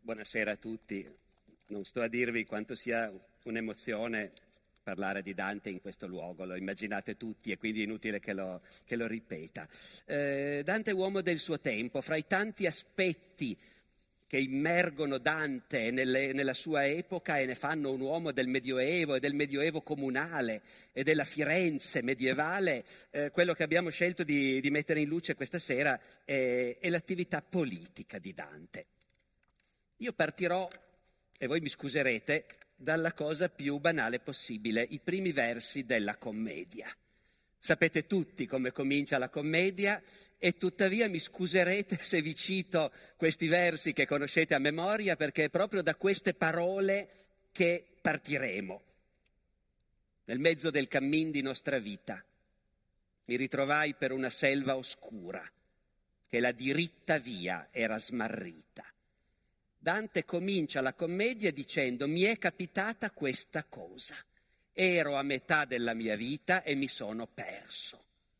Buonasera a tutti. Non sto a dirvi quanto sia un'emozione parlare di Dante in questo luogo, lo immaginate tutti e quindi è inutile che lo ripeta. Dante è uomo del suo tempo, fra i tanti aspetti che immergono Dante nella sua epoca e ne fanno un uomo del Medioevo e del Medioevo comunale e della Firenze medievale, quello che abbiamo scelto di mettere in luce questa sera è l'attività politica di Dante. Io partirò, e voi mi scuserete, dalla cosa più banale possibile, i primi versi della commedia. Sapete tutti come comincia la commedia e tuttavia mi scuserete se vi cito questi versi che conoscete a memoria, perché è proprio da queste parole che partiremo. Nel mezzo del cammin di nostra vita mi ritrovai per una selva oscura, che la diritta via era smarrita. Dante comincia la commedia dicendo: mi è capitata questa cosa, ero a metà della mia vita e mi sono perso,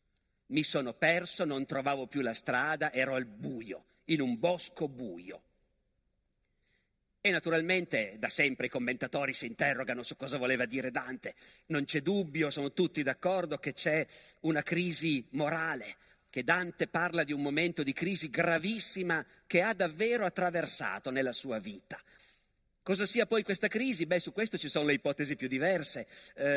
non trovavo più la strada, ero al buio, in un bosco buio. E naturalmente da sempre i commentatori si interrogano su cosa voleva dire Dante. Non c'è dubbio, sono tutti d'accordo che c'è una crisi morale, che Dante parla di un momento di crisi gravissima che ha davvero attraversato nella sua vita. Cosa sia poi questa crisi? Su questo ci sono le ipotesi più diverse.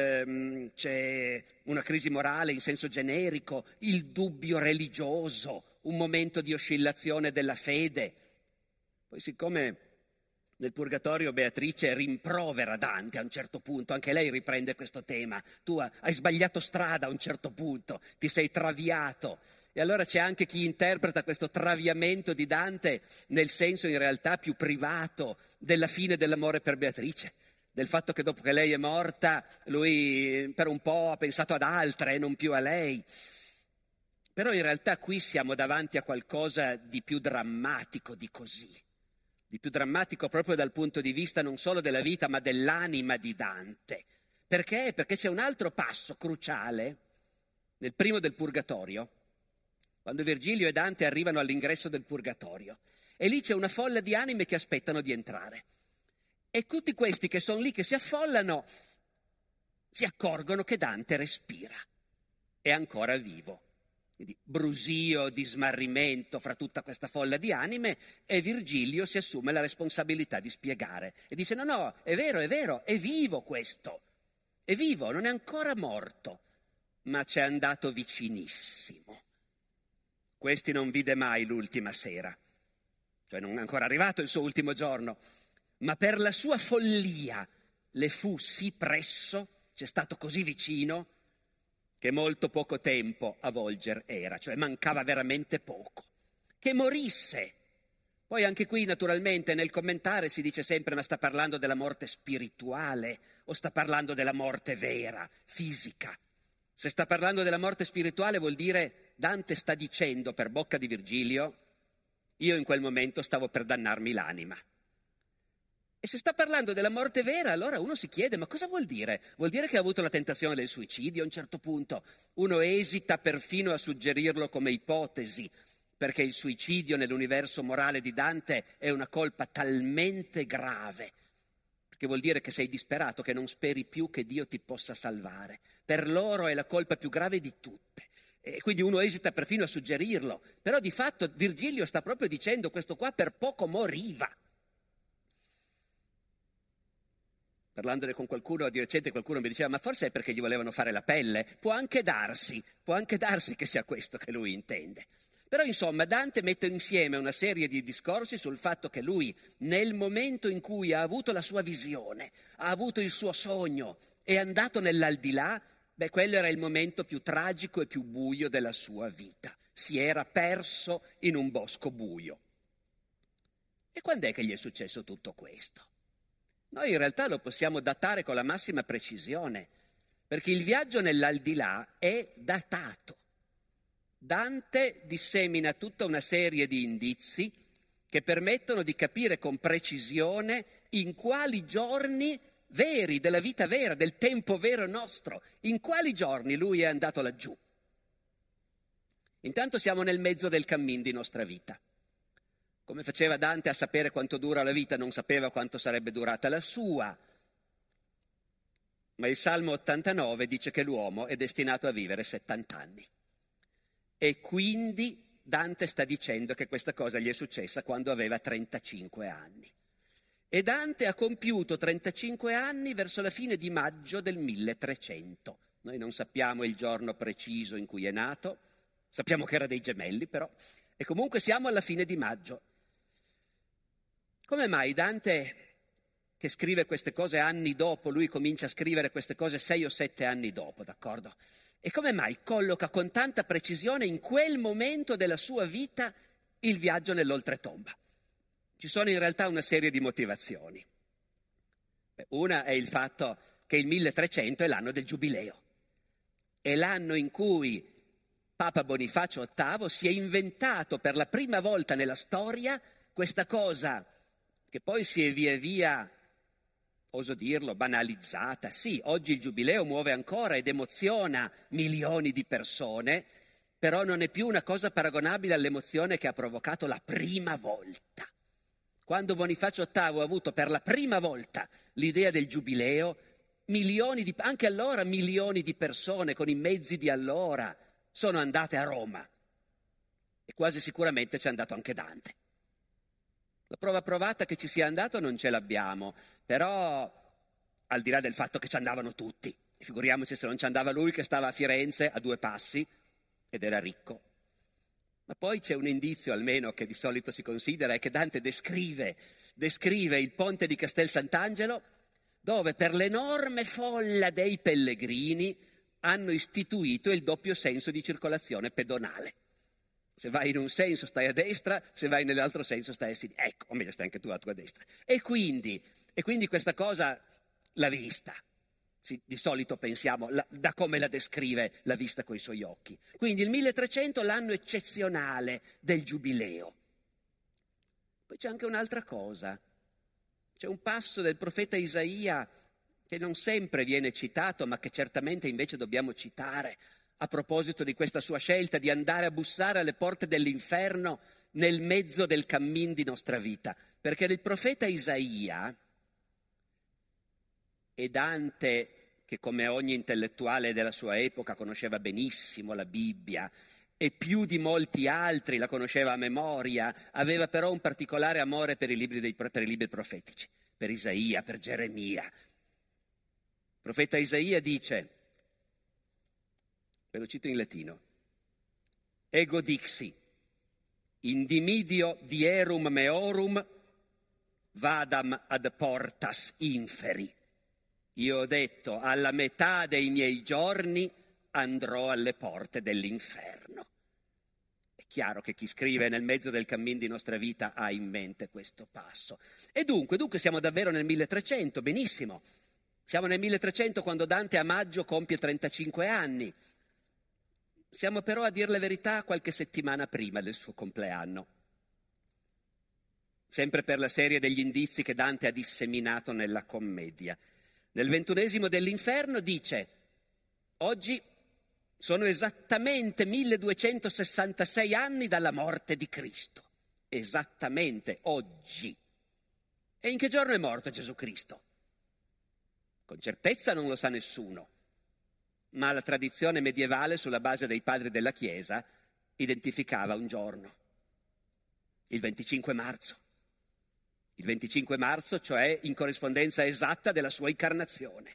C'è una crisi morale in senso generico, il dubbio religioso, un momento di oscillazione della fede. Poi siccome nel Purgatorio Beatrice rimprovera Dante a un certo punto, anche lei riprende questo tema. Tu hai sbagliato strada a un certo punto, ti sei traviato. E allora c'è anche chi interpreta questo traviamento di Dante nel senso in realtà più privato della fine dell'amore per Beatrice, del fatto che dopo che lei è morta lui per un po' ha pensato ad altre e non più a lei. Però in realtà qui siamo davanti a qualcosa di più drammatico di così, di più drammatico proprio dal punto di vista non solo della vita ma dell'anima di Dante. Perché? Perché c'è un altro passo cruciale nel primo del Purgatorio, quando Virgilio e Dante arrivano all'ingresso del Purgatorio, e lì c'è una folla di anime che aspettano di entrare. E tutti questi che sono lì, che si affollano, si accorgono che Dante respira, è ancora vivo. Quindi brusio di smarrimento fra tutta questa folla di anime, e Virgilio si assume la responsabilità di spiegare. E dice: no, è vero, è vivo questo, è vivo, non è ancora morto, ma c'è andato vicinissimo. Questi non vide mai l'ultima sera, cioè non è ancora arrivato il suo ultimo giorno, ma per la sua follia le fu sì presso, c'è stato così vicino, che molto poco tempo a volger era, cioè mancava veramente poco, che morisse. Poi anche qui naturalmente nel commentare si dice sempre: ma sta parlando della morte spirituale o sta parlando della morte vera, fisica? Se sta parlando della morte spirituale vuol dire Dante sta dicendo per bocca di Virgilio: io in quel momento stavo per dannarmi l'anima. E se sta parlando della morte vera, allora uno si chiede: ma cosa vuol dire? Vuol dire che ha avuto la tentazione del suicidio a un certo punto? Uno esita perfino a suggerirlo come ipotesi, perché il suicidio nell'universo morale di Dante è una colpa talmente grave, che vuol dire che sei disperato, che non speri più che Dio ti possa salvare. Per loro è la colpa più grave di tutte. E quindi uno esita perfino a suggerirlo. Però di fatto Virgilio sta proprio dicendo: questo qua per poco moriva. Parlandone con qualcuno, di recente qualcuno mi diceva: ma forse è perché gli volevano fare la pelle? Può anche darsi che sia questo che lui intende. Però insomma Dante mette insieme una serie di discorsi sul fatto che lui, nel momento in cui ha avuto la sua visione, ha avuto il suo sogno, è andato nell'aldilà, quello era il momento più tragico e più buio della sua vita. Si era perso in un bosco buio. E quando è che gli è successo tutto questo? Noi in realtà lo possiamo datare con la massima precisione, perché il viaggio nell'aldilà è datato. Dante dissemina tutta una serie di indizi che permettono di capire con precisione in quali giorni veri, della vita vera, del tempo vero nostro, in quali giorni lui è andato laggiù. Intanto siamo nel mezzo del cammin di nostra vita. Come faceva Dante a sapere quanto dura la vita, non sapeva quanto sarebbe durata la sua. Ma il Salmo 89 dice che l'uomo è destinato a vivere 70 anni. E quindi Dante sta dicendo che questa cosa gli è successa quando aveva 35 anni. E Dante ha compiuto 35 anni verso la fine di maggio del 1300. Noi non sappiamo il giorno preciso in cui è nato, sappiamo che era dei gemelli però, e comunque siamo alla fine di maggio. Come mai Dante, che scrive queste cose anni dopo, lui comincia a scrivere queste cose 6 o 7 anni dopo, d'accordo? E come mai colloca con tanta precisione in quel momento della sua vita il viaggio nell'oltretomba? Ci sono in realtà una serie di motivazioni. Una è il fatto che il 1300 è l'anno del Giubileo. È l'anno in cui Papa Bonifacio VIII si è inventato per la prima volta nella storia questa cosa che poi si è via via, oso dirlo, banalizzata. Sì, oggi il Giubileo muove ancora ed emoziona milioni di persone, però non è più una cosa paragonabile all'emozione che ha provocato la prima volta. Quando Bonifacio VIII ha avuto per la prima volta l'idea del Giubileo, anche allora milioni di persone con i mezzi di allora sono andate a Roma. E quasi sicuramente c'è andato anche Dante. La prova provata che ci sia andato non ce l'abbiamo, però al di là del fatto che ci andavano tutti, figuriamoci se non ci andava lui che stava a Firenze a 2 passi ed era ricco. Ma poi c'è un indizio almeno che di solito si considera, è che Dante descrive il ponte di Castel Sant'Angelo, dove per l'enorme folla dei pellegrini hanno istituito il doppio senso di circolazione pedonale. Se vai in un senso stai a destra, se vai nell'altro senso stai a sinistra. Ecco, o meglio stai anche tu a tua destra. E quindi questa cosa l'ha vista. Sì, di solito pensiamo, da come la descrive, l'ha vista coi suoi occhi. Quindi il 1300 l'anno eccezionale del Giubileo. Poi c'è anche un'altra cosa. C'è un passo del profeta Isaia che non sempre viene citato, ma che certamente invece dobbiamo citare, a proposito di questa sua scelta di andare a bussare alle porte dell'inferno nel mezzo del cammin di nostra vita. Perché il profeta Isaia e Dante, che come ogni intellettuale della sua epoca conosceva benissimo la Bibbia e più di molti altri la conosceva a memoria, aveva però un particolare amore per i libri profetici, per Isaia, per Geremia. Il profeta Isaia dice, ve lo cito in latino, ego dixi, in dimidio dierum meorum vadam ad portas inferi. Io ho detto, alla metà dei miei giorni andrò alle porte dell'inferno. È chiaro che chi scrive nel mezzo del cammin di nostra vita ha in mente questo passo. E dunque siamo davvero nel 1300, benissimo. Siamo nel 1300 quando Dante a maggio compie 35 anni. Siamo però, a dir la verità, qualche settimana prima del suo compleanno. Sempre per la serie degli indizi che Dante ha disseminato nella commedia. Nel 21esimo dell'Inferno dice, oggi sono esattamente 1266 anni dalla morte di Cristo. Esattamente oggi. E in che giorno è morto Gesù Cristo? Con certezza non lo sa nessuno, ma la tradizione medievale, sulla base dei padri della Chiesa, identificava un giorno, il 25 marzo. Il 25 marzo, cioè in corrispondenza esatta della sua incarnazione.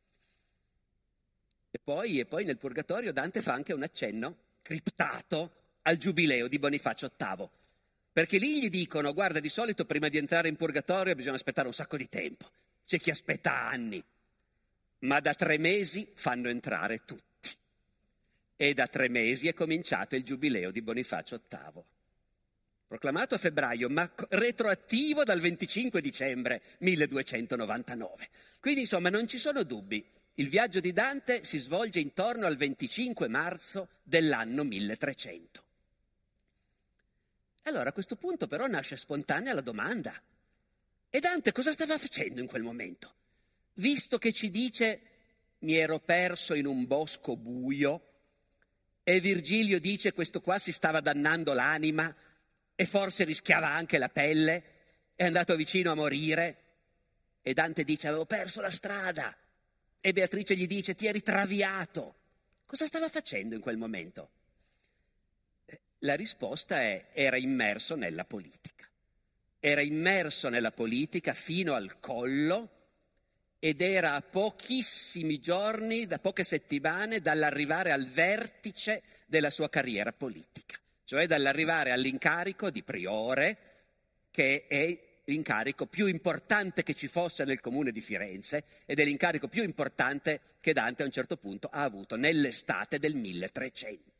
E poi nel Purgatorio Dante fa anche un accenno criptato al Giubileo di Bonifacio VIII. Perché lì gli dicono, guarda, di solito prima di entrare in Purgatorio bisogna aspettare un sacco di tempo. C'è chi aspetta anni. Ma da 3 mesi fanno entrare tutti. E da 3 mesi è cominciato il Giubileo di Bonifacio VIII. Proclamato a febbraio, ma retroattivo dal 25 dicembre 1299. Quindi, insomma, non ci sono dubbi. Il viaggio di Dante si svolge intorno al 25 marzo dell'anno 1300. Allora, a questo punto però nasce spontanea la domanda. E Dante cosa stava facendo in quel momento? Visto che ci dice, mi ero perso in un bosco buio, e Virgilio dice, questo qua si stava dannando l'anima, e forse rischiava anche la pelle, è andato vicino a morire e Dante dice avevo perso la strada e Beatrice gli dice ti eri traviato. Cosa stava facendo in quel momento? La risposta è era immerso nella politica. Era immerso nella politica fino al collo ed era a pochissimi giorni, da poche settimane, dall'arrivare al vertice della sua carriera politica, cioè dall'arrivare all'incarico di priore, che è l'incarico più importante che ci fosse nel comune di Firenze ed è l'incarico più importante che Dante a un certo punto ha avuto nell'estate del 1300.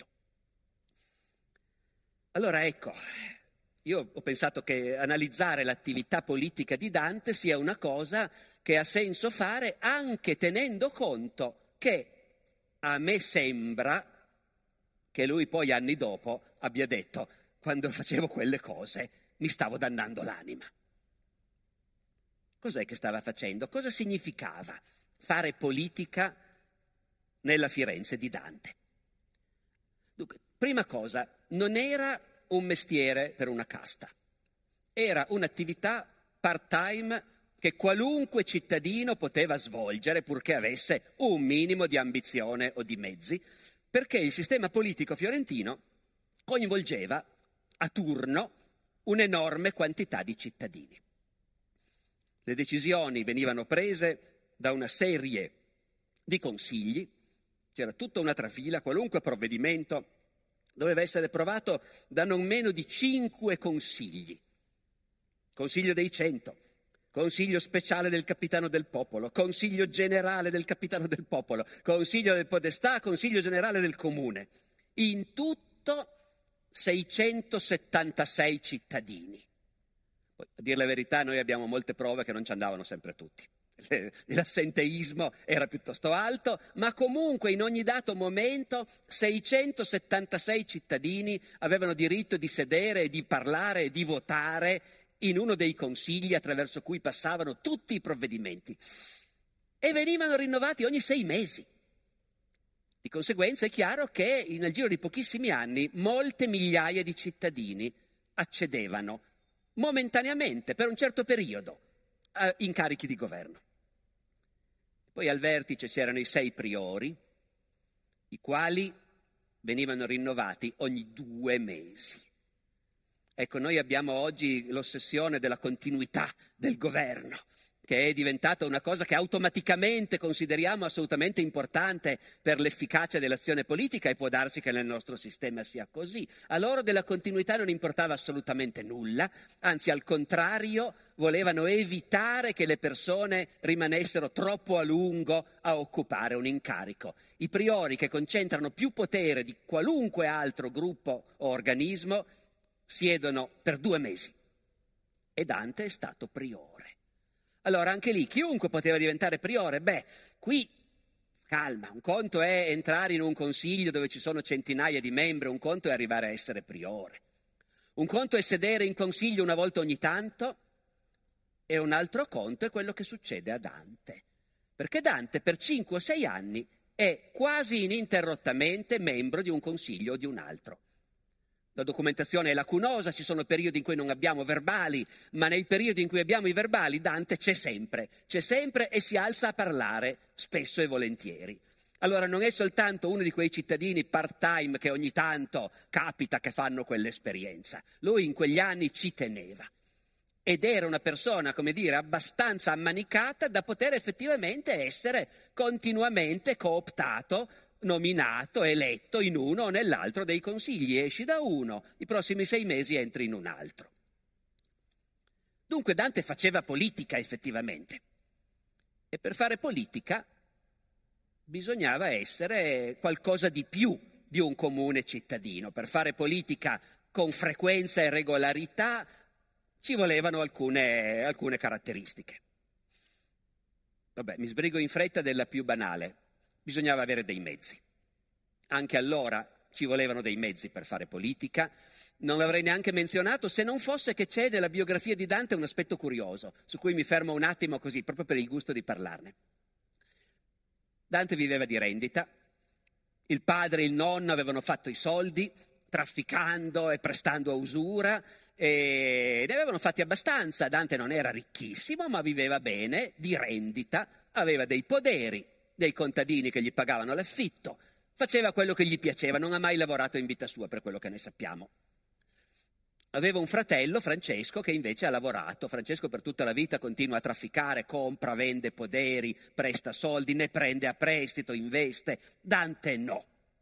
Allora ecco, io ho pensato che analizzare l'attività politica di Dante sia una cosa che ha senso fare anche tenendo conto che a me sembra che lui poi anni dopo abbia detto quando facevo quelle cose mi stavo dannando l'anima. Cos'è che stava facendo? Cosa significava fare politica nella Firenze di Dante? Dunque, prima cosa, non era un mestiere per una casta, era un'attività part-time che qualunque cittadino poteva svolgere purché avesse un minimo di ambizione o di mezzi, perché il sistema politico fiorentino coinvolgeva a turno un'enorme quantità di cittadini. Le decisioni venivano prese da una serie di consigli, c'era tutta una trafila, qualunque provvedimento doveva essere approvato da non meno di 5 consigli. Consiglio dei 100, Consiglio speciale del capitano del popolo, Consiglio generale del capitano del popolo, Consiglio del podestà, Consiglio generale del comune. In tutto 676 cittadini. Poi, a dire la verità, noi abbiamo molte prove che non ci andavano sempre tutti. L'assenteismo era piuttosto alto, ma comunque in ogni dato momento 676 cittadini avevano diritto di sedere e di parlare e di votare in uno dei consigli attraverso cui passavano tutti i provvedimenti e venivano rinnovati ogni 6 mesi. Di conseguenza è chiaro che nel giro di pochissimi anni molte migliaia di cittadini accedevano momentaneamente, per un certo periodo, a incarichi di governo. Poi al vertice c'erano i 6 priori, i quali venivano rinnovati ogni 2 mesi. Ecco, noi abbiamo oggi l'ossessione della continuità del governo, che è diventata una cosa che automaticamente consideriamo assolutamente importante per l'efficacia dell'azione politica e può darsi che nel nostro sistema sia così. A loro della continuità non importava assolutamente nulla, anzi al contrario volevano evitare che le persone rimanessero troppo a lungo a occupare un incarico. I priori che concentrano più potere di qualunque altro gruppo o organismo siedono per 2 mesi e Dante è stato priore. Allora anche lì chiunque poteva diventare priore. Qui calma, un conto è entrare in un consiglio dove ci sono centinaia di membri, un conto è arrivare a essere priore. Un conto è sedere in consiglio una volta ogni tanto e un altro conto è quello che succede a Dante. Perché Dante per 5 o 6 anni è quasi ininterrottamente membro di un consiglio o di un altro. La documentazione è lacunosa, ci sono periodi in cui non abbiamo verbali, ma nei periodi in cui abbiamo i verbali Dante c'è sempre e si alza a parlare spesso e volentieri. Allora non è soltanto uno di quei cittadini part-time che ogni tanto capita che fanno quell'esperienza. Lui in quegli anni ci teneva ed era una persona, come dire, abbastanza ammanicata da poter effettivamente essere continuamente cooptato, nominato, eletto in uno o nell'altro dei consigli. Esci da uno, i prossimi 6 mesi entri in un altro. Dunque Dante faceva politica effettivamente e per fare politica bisognava essere qualcosa di più di un comune cittadino. Per fare politica con frequenza e regolarità ci volevano alcune caratteristiche. Mi sbrigo in fretta della più banale. Bisognava avere dei mezzi. Anche allora ci volevano dei mezzi per fare politica. Non l'avrei neanche menzionato se non fosse che c'è nella biografia di Dante un aspetto curioso, su cui mi fermo un attimo così, proprio per il gusto di parlarne. Dante viveva di rendita, il padre e il nonno avevano fatto i soldi trafficando e prestando a usura, e ne avevano fatti abbastanza. Dante non era ricchissimo, ma viveva bene, di rendita, aveva dei poderi, dei contadini che gli pagavano l'affitto, faceva quello che gli piaceva, non ha mai lavorato in vita sua, per quello che ne sappiamo. Aveva un fratello, Francesco, che invece ha lavorato. Francesco per tutta la vita continua a trafficare, compra, vende poderi, presta soldi, ne prende a prestito, investe. Dante no.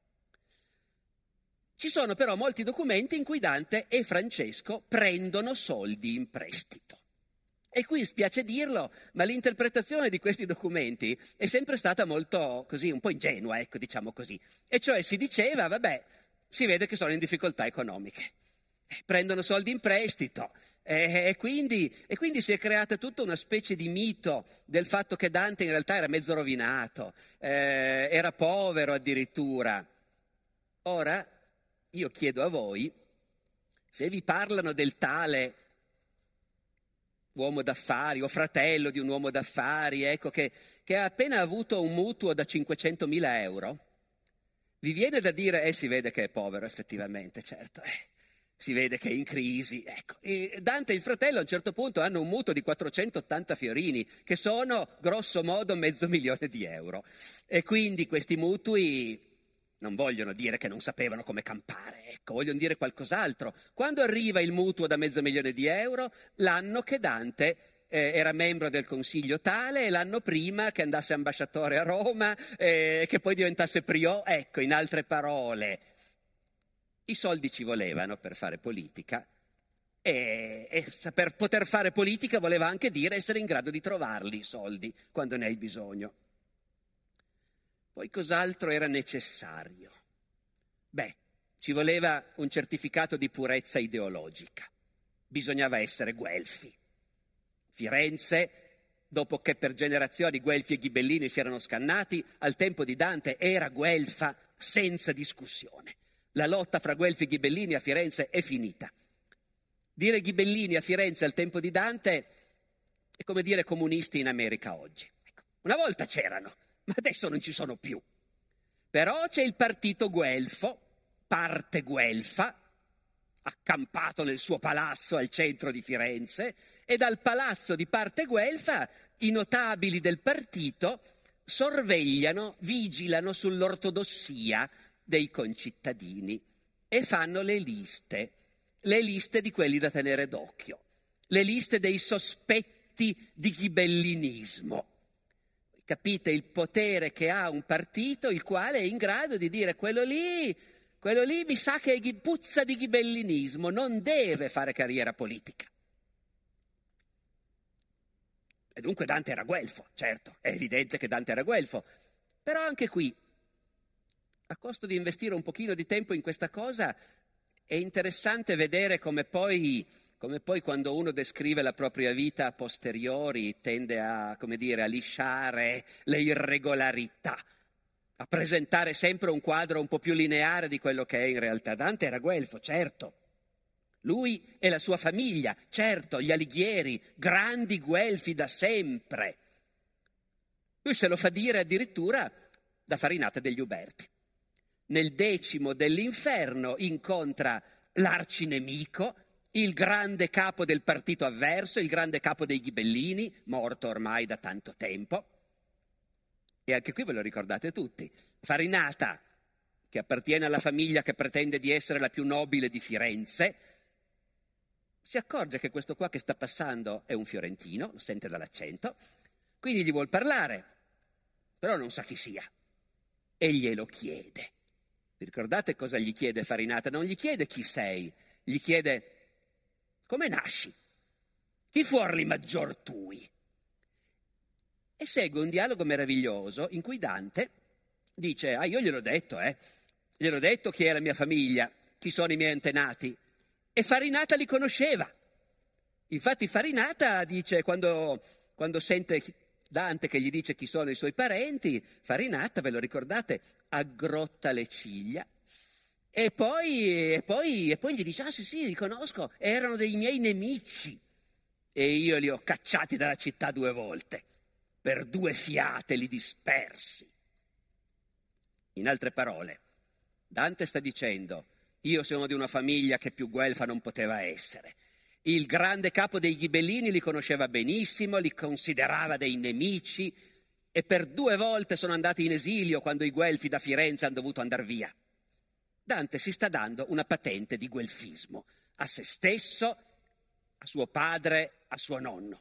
Ci sono però molti documenti in cui Dante e Francesco prendono soldi in prestito. E qui spiace dirlo, ma l'interpretazione di questi documenti è sempre stata molto così, un po' ingenua, ecco, diciamo così. E cioè si diceva, vabbè, si vede che sono in difficoltà economiche. Prendono soldi in prestito e quindi si è creata tutta una specie di mito del fatto che Dante in realtà era mezzo rovinato, era povero addirittura. Ora io chiedo a voi, se vi parlano del tale uomo d'affari o fratello di un uomo d'affari, ecco, che ha appena avuto un mutuo da 500.000 euro, vi viene da dire, si vede che è povero effettivamente, certo, si vede che è in crisi, ecco. E Dante e il fratello a un certo punto hanno un mutuo di 480 fiorini, che sono grosso modo 500.000 di euro. E quindi questi mutui non vogliono dire che non sapevano come campare, ecco, vogliono dire qualcos'altro. Quando arriva il mutuo da 500.000 di euro, l'anno che Dante era membro del consiglio tale, e l'anno prima che andasse ambasciatore a Roma, che poi diventasse priore, ecco, in altre parole. I soldi ci volevano per fare politica e per poter fare politica voleva anche dire essere in grado di trovarli i soldi quando ne hai bisogno. Poi cos'altro era necessario? Ci voleva un certificato di purezza ideologica. Bisognava essere guelfi. Firenze, dopo che per generazioni Guelfi e Ghibellini si erano scannati, al tempo di Dante era guelfa senza discussione. La lotta fra Guelfi e Ghibellini a Firenze è finita. Dire Ghibellini a Firenze al tempo di Dante è come dire comunisti in America oggi. Ecco, una volta c'erano, ma adesso non ci sono più. Però c'è il partito guelfo, parte guelfa, accampato nel suo palazzo al centro di Firenze, e dal palazzo di parte guelfa i notabili del partito sorvegliano, vigilano sull'ortodossia dei concittadini e fanno le liste di quelli da tenere d'occhio, le liste dei sospetti di ghibellinismo. Capite il potere che ha un partito, il quale è in grado di dire quello lì mi sa che è puzza di ghibellinismo, non deve fare carriera politica. E dunque Dante era guelfo, certo, è evidente che Dante era guelfo, però anche qui, a costo di investire un pochino di tempo in questa cosa, è interessante vedere come poi quando uno descrive la propria vita a posteriori tende a lisciare le irregolarità, a presentare sempre un quadro un po' più lineare di quello che è in realtà. Dante era guelfo, certo. Lui e la sua famiglia, certo, gli Alighieri, grandi guelfi da sempre. Lui se lo fa dire addirittura da Farinata degli Uberti. Nel 10° dell'Inferno incontra l'arcinemico, il grande capo del partito avverso, il grande capo dei Ghibellini, morto ormai da tanto tempo. E anche qui ve lo ricordate tutti. Farinata, che appartiene alla famiglia che pretende di essere la più nobile di Firenze, si accorge che questo qua che sta passando è un fiorentino, lo sente dall'accento, quindi gli vuol parlare, però non sa chi sia, e glielo chiede. Vi ricordate cosa gli chiede Farinata? Non gli chiede chi sei, gli chiede come nasci, chi fuorli maggior tui? E segue un dialogo meraviglioso in cui Dante dice, io gliel'ho detto chi è la mia famiglia, chi sono i miei antenati, e Farinata li conosceva. Infatti Farinata dice, quando sente Dante che gli dice chi sono i suoi parenti, Farinata, ve lo ricordate, aggrotta le ciglia e poi gli dice, sì, li conosco, erano dei miei nemici e io li ho cacciati dalla città 2 volte, per 2 fiate li dispersi. In altre parole, Dante sta dicendo, Io sono di una famiglia che più guelfa non poteva essere. Il grande capo dei Ghibellini li conosceva benissimo, li considerava dei nemici e per 2 volte sono andati in esilio quando i guelfi da Firenze hanno dovuto andar via. Dante si sta dando una patente di guelfismo a se stesso, a suo padre, a suo nonno.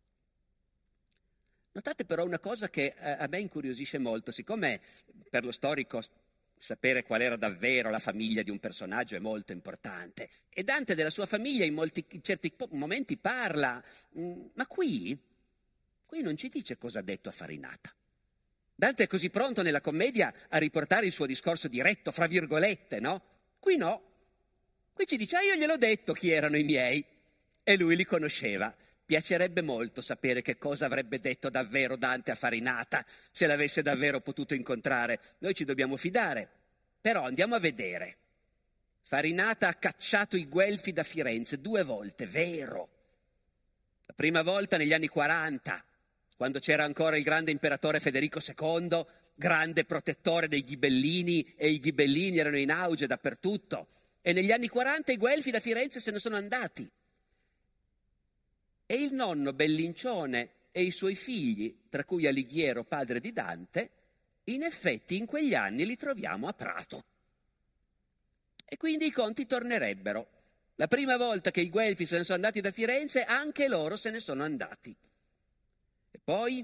Notate però una cosa che a me incuriosisce molto, siccome per lo storico sapere qual era davvero la famiglia di un personaggio è molto importante, e Dante della sua famiglia in certi momenti parla, ma qui non ci dice cosa ha detto a Farinata. Dante è così pronto nella commedia a riportare il suo discorso diretto, fra virgolette, no? Qui no. Qui ci dice, io gliel'ho detto chi erano i miei, e lui li conosceva. Piacerebbe molto sapere che cosa avrebbe detto davvero Dante a Farinata, se l'avesse davvero potuto incontrare. Noi ci dobbiamo fidare. Però andiamo a vedere. Farinata ha cacciato i guelfi da Firenze 2 volte, vero? La prima volta negli anni 40, quando c'era ancora il grande imperatore Federico II, grande protettore dei Ghibellini, e i Ghibellini erano in auge dappertutto. E negli anni 40 i guelfi da Firenze se ne sono andati. E il nonno Bellincione e i suoi figli, tra cui Alighiero, padre di Dante, in effetti in quegli anni li troviamo a Prato. E quindi i conti tornerebbero. La prima volta che i guelfi se ne sono andati da Firenze, anche loro se ne sono andati. E poi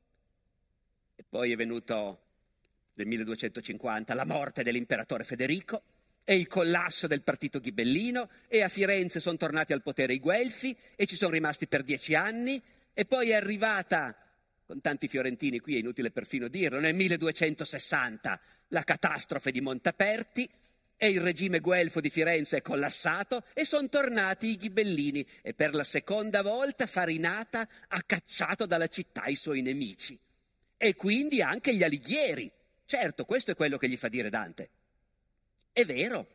è venuto nel 1250 la morte dell'imperatore Federico e il collasso del partito ghibellino, e a Firenze sono tornati al potere i guelfi e ci sono rimasti per 10 anni, e poi è arrivata, con tanti fiorentini qui è inutile perfino dirlo, nel 1260 la catastrofe di Montaperti e il regime guelfo di Firenze è collassato e sono tornati i ghibellini, e per la seconda volta Farinata ha cacciato dalla città i suoi nemici e quindi anche gli Alighieri. Certo, questo è quello che gli fa dire Dante. È vero.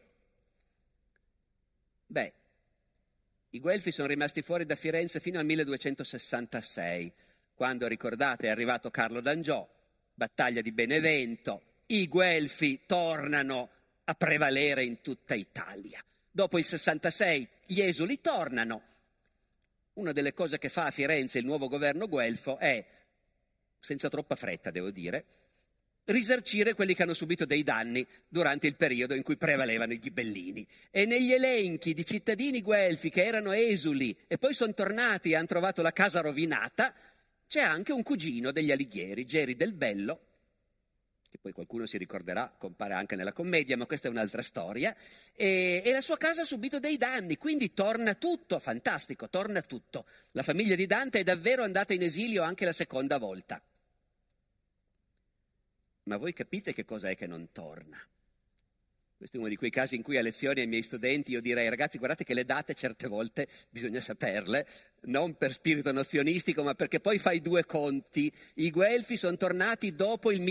Beh, i guelfi sono rimasti fuori da Firenze fino al 1266, quando, ricordate, è arrivato Carlo d'Angiò, battaglia di Benevento, i guelfi tornano a prevalere in tutta Italia. Dopo il 66 gli esuli tornano. Una delle cose che fa a Firenze il nuovo governo guelfo è, senza troppa fretta devo dire, risarcire quelli che hanno subito dei danni durante il periodo in cui prevalevano i ghibellini. E negli elenchi di cittadini guelfi che erano esuli e poi sono tornati e hanno trovato la casa rovinata, c'è anche un cugino degli Alighieri, Geri del Bello, che poi qualcuno si ricorderà, compare anche nella commedia, ma questa è un'altra storia, e la sua casa ha subito dei danni, quindi torna tutto, fantastico, torna tutto. La famiglia di Dante è davvero andata in esilio anche la seconda volta. Ma voi capite che cosa è che non torna? Questo è uno di quei casi in cui a lezioni ai miei studenti io direi, ragazzi, guardate che le date certe volte bisogna saperle, non per spirito nozionistico, ma perché poi fai 2 conti. I guelfi sono tornati dopo il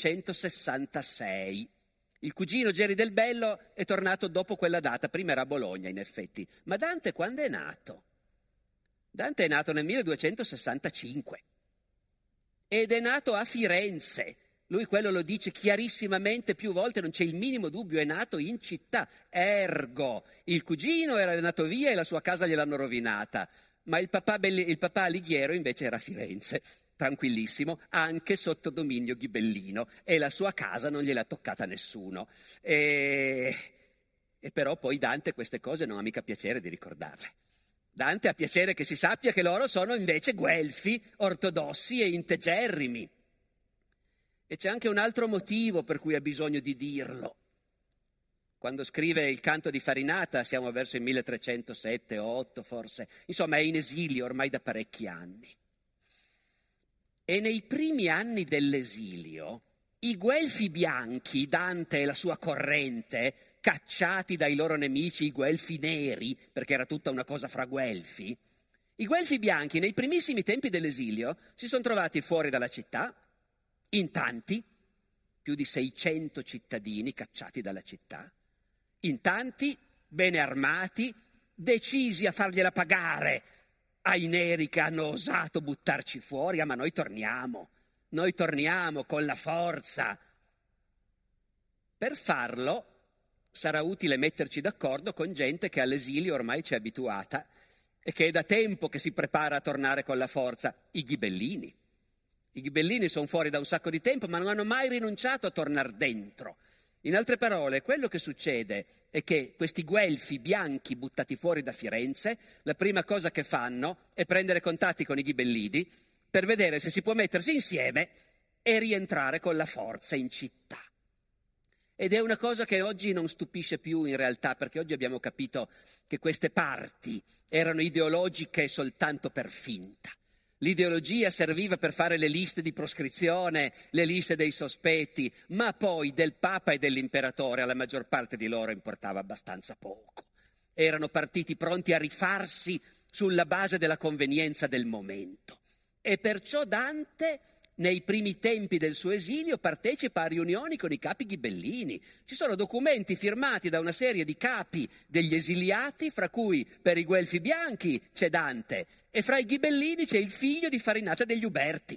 1266. Il cugino Geri del Bello è tornato dopo quella data, prima era a Bologna in effetti. Ma Dante quando è nato? Dante è nato nel 1265 ed è nato a Firenze. Lui quello lo dice chiarissimamente più volte, non c'è il minimo dubbio, è nato in città. Ergo, il cugino era andato via e la sua casa gliel'hanno rovinata, ma il papà Alighiero invece era a Firenze, tranquillissimo, anche sotto dominio ghibellino, e la sua casa non gliel'ha toccata nessuno. E però poi Dante queste cose non ha mica piacere di ricordarle. Dante ha piacere che si sappia che loro sono invece guelfi, ortodossi e integerrimi. E c'è anche un altro motivo per cui ha bisogno di dirlo. Quando scrive il canto di Farinata, siamo verso il 1307 o 8 forse, insomma è in esilio ormai da parecchi anni. E nei primi anni dell'esilio, i guelfi bianchi, Dante e la sua corrente, cacciati dai loro nemici, i guelfi neri, perché era tutta una cosa fra guelfi, i guelfi bianchi nei primissimi tempi dell'esilio si sono trovati fuori dalla città, in tanti, più di 600 cittadini cacciati dalla città, in tanti, bene armati, decisi a fargliela pagare ai neri che hanno osato buttarci fuori, ma noi torniamo con la forza. Per farlo, sarà utile metterci d'accordo con gente che all'esilio ormai ci è abituata e che è da tempo che si prepara a tornare con la forza, i ghibellini. I ghibellini sono fuori da un sacco di tempo, ma non hanno mai rinunciato a tornare dentro. In altre parole, quello che succede è che questi guelfi bianchi buttati fuori da Firenze, la prima cosa che fanno è prendere contatti con i ghibellini per vedere se si può mettersi insieme e rientrare con la forza in città. Ed è una cosa che oggi non stupisce più in realtà, perché oggi abbiamo capito che queste parti erano ideologiche soltanto per finta. L'ideologia serviva per fare le liste di proscrizione, le liste dei sospetti, ma poi del Papa e dell'Imperatore alla maggior parte di loro importava abbastanza poco. Erano partiti pronti a rifarsi sulla base della convenienza del momento. E perciò Dante, nei primi tempi del suo esilio, partecipa a riunioni con i capi ghibellini. Ci sono documenti firmati da una serie di capi degli esiliati, fra cui per i Guelfi bianchi c'è Dante, e fra i ghibellini c'è il figlio di Farinata degli Uberti.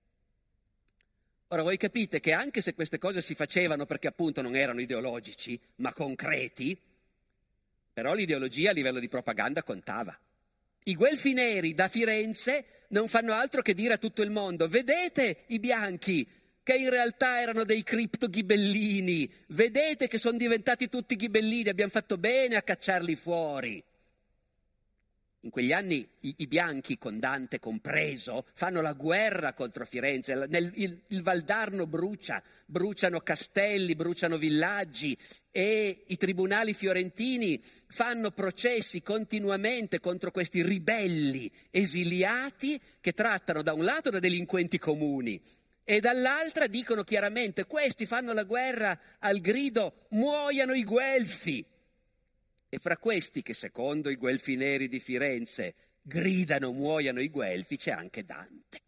Ora voi capite che anche se queste cose si facevano perché appunto non erano ideologici, ma concreti, però l'ideologia a livello di propaganda contava. I Guelfi neri da Firenze non fanno altro che dire a tutto il mondo: vedete i bianchi che in realtà erano dei cripto-ghibellini, vedete che sono diventati tutti ghibellini, abbiamo fatto bene a cacciarli fuori. In quegli anni i bianchi, con Dante compreso, fanno la guerra contro Firenze. Il Valdarno bruciano castelli, bruciano villaggi e i tribunali fiorentini fanno processi continuamente contro questi ribelli esiliati che trattano da un lato da delinquenti comuni e dall'altra dicono chiaramente: questi fanno la guerra al grido muoiano i Guelfi. E fra questi che secondo i Guelfi neri di Firenze gridano muoiano i Guelfi c'è anche Dante,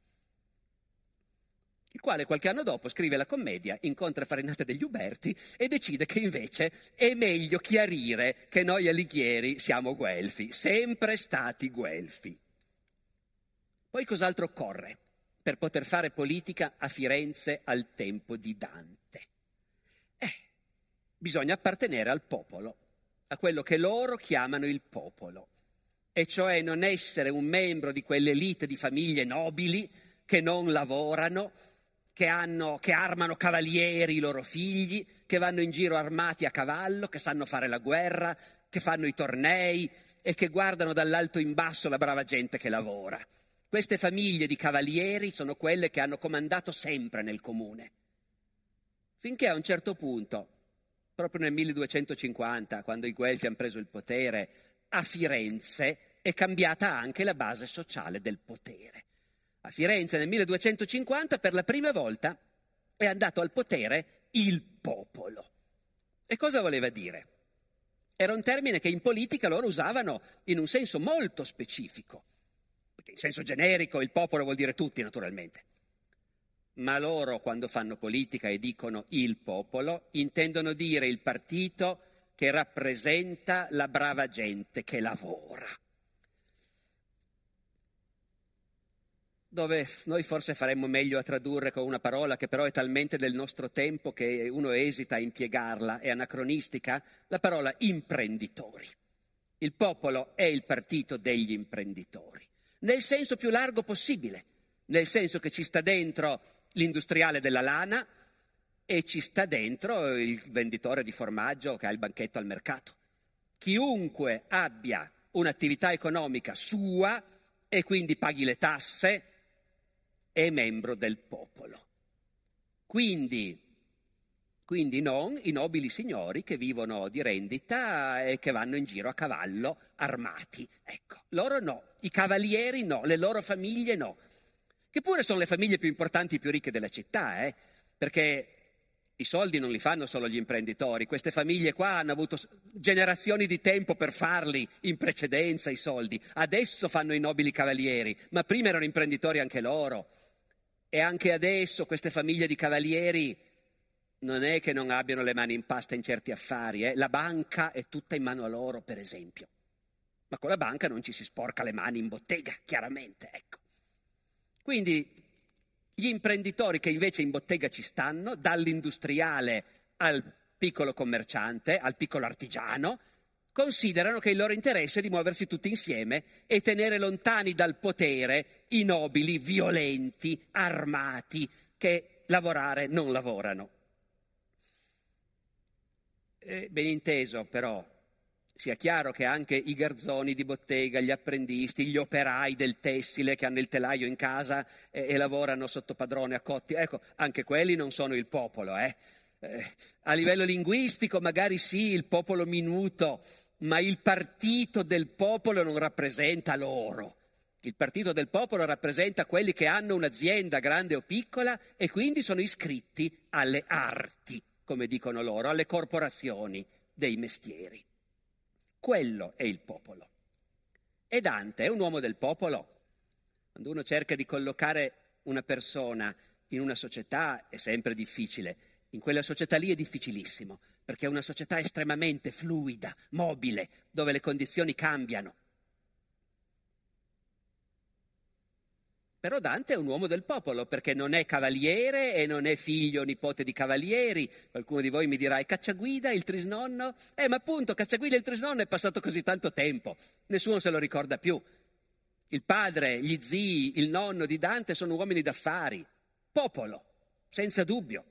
il quale qualche anno dopo scrive la commedia, incontra Farinata degli Uberti e decide che invece è meglio chiarire che noi Alighieri siamo Guelfi, sempre stati Guelfi. Poi cos'altro occorre per poter fare politica a Firenze al tempo di Dante? Bisogna appartenere al popolo, a quello che loro chiamano il popolo, e cioè non essere un membro di quell'elite di famiglie nobili che non lavorano, che armano cavalieri i loro figli, che vanno in giro armati a cavallo, che sanno fare la guerra, che fanno i tornei e che guardano dall'alto in basso la brava gente che lavora. Queste famiglie di cavalieri sono quelle che hanno comandato sempre nel comune, finché a un certo punto, proprio nel 1250, quando i Guelfi hanno preso il potere, a Firenze è cambiata anche la base sociale del potere. A Firenze nel 1250 per la prima volta è andato al potere il popolo. E cosa voleva dire? Era un termine che in politica loro usavano in un senso molto specifico, perché in senso generico il popolo vuol dire tutti naturalmente. Ma loro, quando fanno politica e dicono il popolo, intendono dire il partito che rappresenta la brava gente che lavora. Dove noi forse faremmo meglio a tradurre con una parola che però è talmente del nostro tempo che uno esita a impiegarla, è anacronistica, la parola imprenditori. Il popolo è il partito degli imprenditori, nel senso più largo possibile, nel senso che ci sta dentro l'industriale della lana e ci sta dentro il venditore di formaggio che ha il banchetto al mercato. Chiunque abbia un'attività economica sua e quindi paghi le tasse è membro del popolo. Quindi non i nobili signori che vivono di rendita e che vanno in giro a cavallo armati. Ecco, loro no, i cavalieri no, le loro famiglie no. Che pure sono le famiglie più importanti e più ricche della città, perché i soldi non li fanno solo gli imprenditori, queste famiglie qua hanno avuto generazioni di tempo per farli in precedenza i soldi, adesso fanno i nobili cavalieri, ma prima erano imprenditori anche loro. E anche adesso queste famiglie di cavalieri non è che non abbiano le mani in pasta in certi affari, la banca è tutta in mano a loro, per esempio. Ma con la banca non ci si sporca le mani in bottega, chiaramente, ecco. Quindi gli imprenditori che invece in bottega ci stanno, dall'industriale al piccolo commerciante, al piccolo artigiano, considerano che il loro interesse è di muoversi tutti insieme e tenere lontani dal potere i nobili violenti, armati, che lavorare non lavorano. Ben inteso, però, sia chiaro che anche i garzoni di bottega, gli apprendisti, gli operai del tessile che hanno il telaio in casa e lavorano sotto padrone a cotti, ecco, anche quelli non sono il popolo, a livello linguistico magari sì, il popolo minuto, ma il partito del popolo non rappresenta loro. Il partito del popolo rappresenta quelli che hanno un'azienda grande o piccola e quindi sono iscritti alle arti, come dicono loro, alle corporazioni dei mestieri. Quello è il popolo. E Dante è un uomo del popolo. Quando uno cerca di collocare una persona in una società è sempre difficile. In quella società lì è difficilissimo, perché è una società estremamente fluida, mobile, dove le condizioni cambiano. Però Dante è un uomo del popolo, perché non è cavaliere e non è figlio o nipote di cavalieri. Qualcuno di voi mi dirà, è Cacciaguida, il trisnonno? Ma appunto, Cacciaguida il trisnonno è passato così tanto tempo, nessuno se lo ricorda più. Il padre, gli zii, il nonno di Dante sono uomini d'affari, popolo, senza dubbio.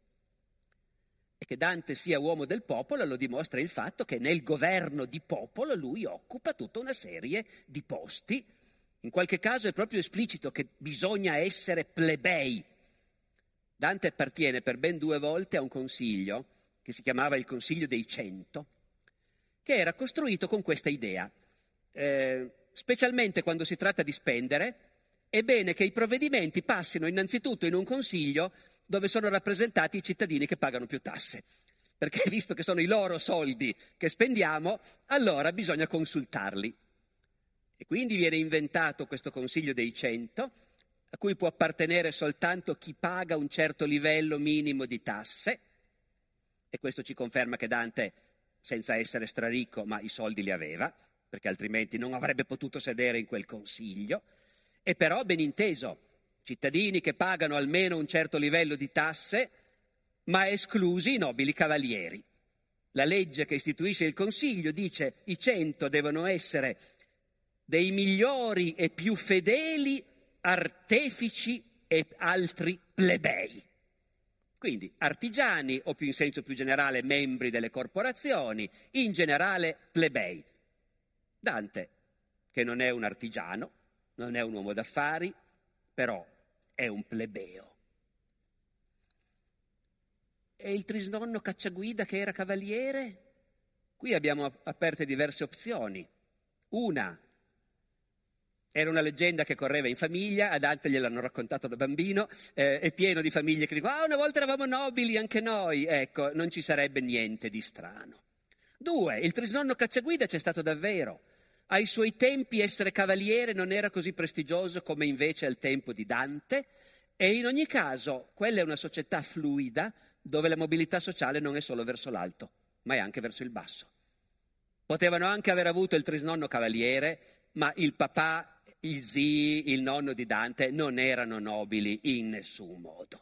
E che Dante sia uomo del popolo lo dimostra il fatto che nel governo di popolo lui occupa tutta una serie di posti. In qualche caso è proprio esplicito che bisogna essere plebei. Dante appartiene per ben 2 volte a un consiglio, che si chiamava il Consiglio dei 100, che era costruito con questa idea. Specialmente quando si tratta di spendere, è bene che i provvedimenti passino innanzitutto in un consiglio dove sono rappresentati i cittadini che pagano più tasse. Perché visto che sono i loro soldi che spendiamo, allora bisogna consultarli. E quindi viene inventato questo Consiglio dei 100, a cui può appartenere soltanto chi paga un certo livello minimo di tasse, e questo ci conferma che Dante, senza essere straricco, ma i soldi li aveva, perché altrimenti non avrebbe potuto sedere in quel Consiglio. E però, ben inteso, cittadini che pagano almeno un certo livello di tasse, ma esclusi i nobili cavalieri. La legge che istituisce il Consiglio dice i 100 devono essere dei migliori e più fedeli artefici e altri plebei. Quindi artigiani o più in senso più generale membri delle corporazioni, in generale plebei. Dante, che non è un artigiano, non è un uomo d'affari, però è un plebeo. E il trisnonno Cacciaguida che era cavaliere? Qui abbiamo aperte diverse opzioni. Una, era una leggenda che correva in famiglia, a Dante gliel'hanno raccontato da bambino, è pieno di famiglie che dicono una volta eravamo nobili anche noi, ecco, non ci sarebbe niente di strano. 2, il trisnonno Cacciaguida c'è stato davvero. Ai suoi tempi essere cavaliere non era così prestigioso come invece al tempo di Dante, e in ogni caso quella è una società fluida dove la mobilità sociale non è solo verso l'alto, ma è anche verso il basso. Potevano anche aver avuto il trisnonno cavaliere, ma il papà, gli zii, il nonno di Dante non erano nobili in nessun modo.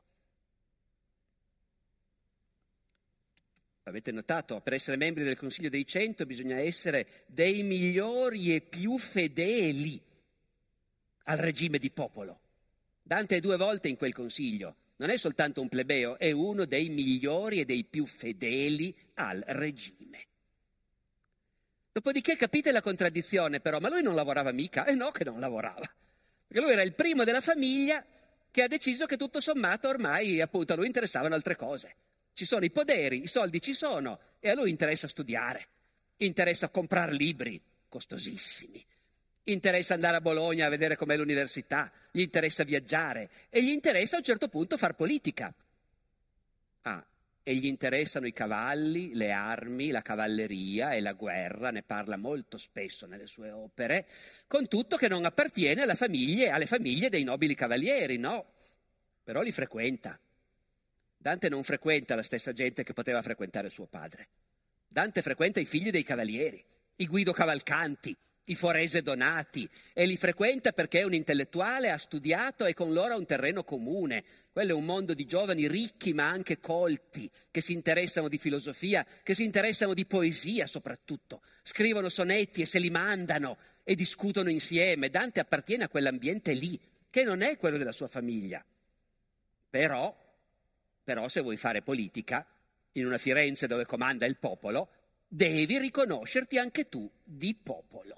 Avete notato, per essere membri del Consiglio dei 100 bisogna essere dei migliori e più fedeli al regime di popolo. Dante è 2 volte in quel consiglio, non è soltanto un plebeo, è uno dei migliori e dei più fedeli al regime. Dopodiché capite la contraddizione però, ma lui non lavorava mica? No che non lavorava, perché lui era il primo della famiglia che ha deciso che tutto sommato ormai appunto a lui interessavano altre cose. Ci sono i poderi, i soldi ci sono e a lui interessa studiare, interessa comprare libri costosissimi, interessa andare a Bologna a vedere com'è l'università, gli interessa viaggiare e gli interessa a un certo punto far politica. E gli interessano i cavalli, le armi, la cavalleria e la guerra, ne parla molto spesso nelle sue opere, con tutto che non appartiene alle famiglie dei nobili cavalieri, no? Però li frequenta. Dante non frequenta la stessa gente che poteva frequentare suo padre. Dante frequenta i figli dei cavalieri, i Guido Cavalcanti, i Forese Donati, e li frequenta perché è un intellettuale, ha studiato e con loro ha un terreno comune. Quello è un mondo di giovani ricchi ma anche colti, che si interessano di filosofia, che si interessano di poesia soprattutto. Scrivono sonetti e se li mandano e discutono insieme. Dante appartiene a quell'ambiente lì, che non è quello della sua famiglia. Però se vuoi fare politica, in una Firenze dove comanda il popolo, devi riconoscerti anche tu di popolo.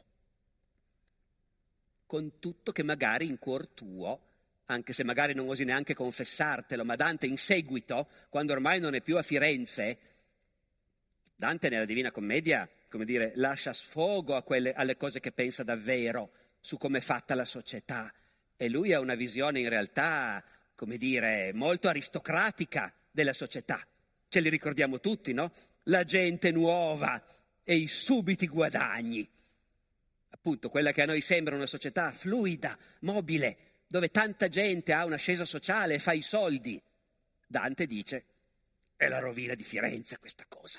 Con tutto che magari in cuor tuo, anche se magari non osi neanche confessartelo, ma Dante in seguito, quando ormai non è più a Firenze, Dante nella Divina Commedia, come dire, lascia sfogo alle cose che pensa davvero su come è fatta la società. E lui ha una visione in realtà, come dire, molto aristocratica della società. Ce li ricordiamo tutti, no? La gente nuova e i subiti guadagni. Appunto, quella che a noi sembra una società fluida, mobile, dove tanta gente ha un'ascesa sociale e fa i soldi. Dante dice, è la rovina di Firenze questa cosa.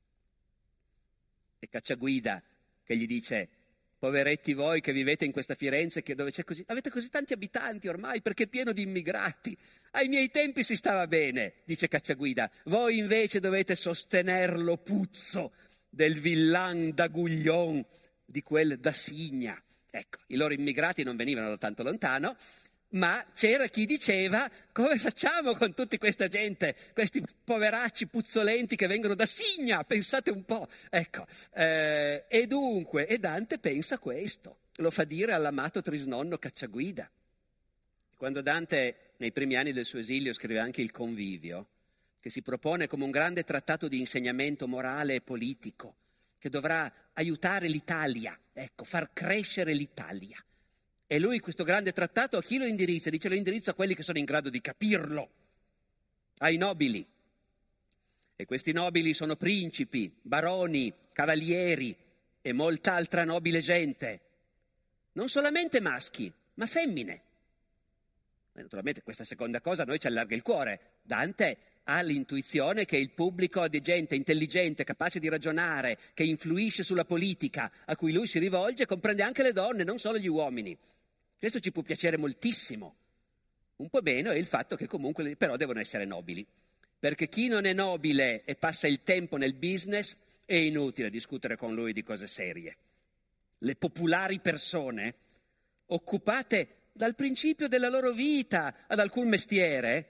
E Cacciaguida che gli dice, poveretti voi che vivete in questa Firenze dove avete così tanti abitanti ormai perché è pieno di immigrati. Ai miei tempi si stava bene, dice Cacciaguida, voi invece dovete sostener lo puzzo del villan d'Aguglion, di quel da Signa. Ecco, i loro immigrati non venivano da tanto lontano, ma c'era chi diceva, come facciamo con tutta questa gente, questi poveracci puzzolenti che vengono da Signa, pensate un po'. Ecco, e dunque, e Dante pensa questo, lo fa dire all'amato trisnonno Cacciaguida. Quando Dante, nei primi anni del suo esilio, scrive anche il Convivio, che si propone come un grande trattato di insegnamento morale e politico, che dovrà aiutare l'Italia, ecco, far crescere l'Italia. E lui questo grande trattato a chi lo indirizza? Dice lo indirizza a quelli che sono in grado di capirlo, ai nobili. E questi nobili sono principi, baroni, cavalieri e molta altra nobile gente. Non solamente maschi, ma femmine. E naturalmente questa seconda cosa a noi ci allarga il cuore. Dante ha l'intuizione che il pubblico di gente intelligente, capace di ragionare, che influisce sulla politica, a cui lui si rivolge, comprende anche le donne, non solo gli uomini. Questo ci può piacere moltissimo. Un po' meno è il fatto che comunque però devono essere nobili. Perché chi non è nobile e passa il tempo nel business è inutile discutere con lui di cose serie. Le popolari persone, occupate dal principio della loro vita ad alcun mestiere,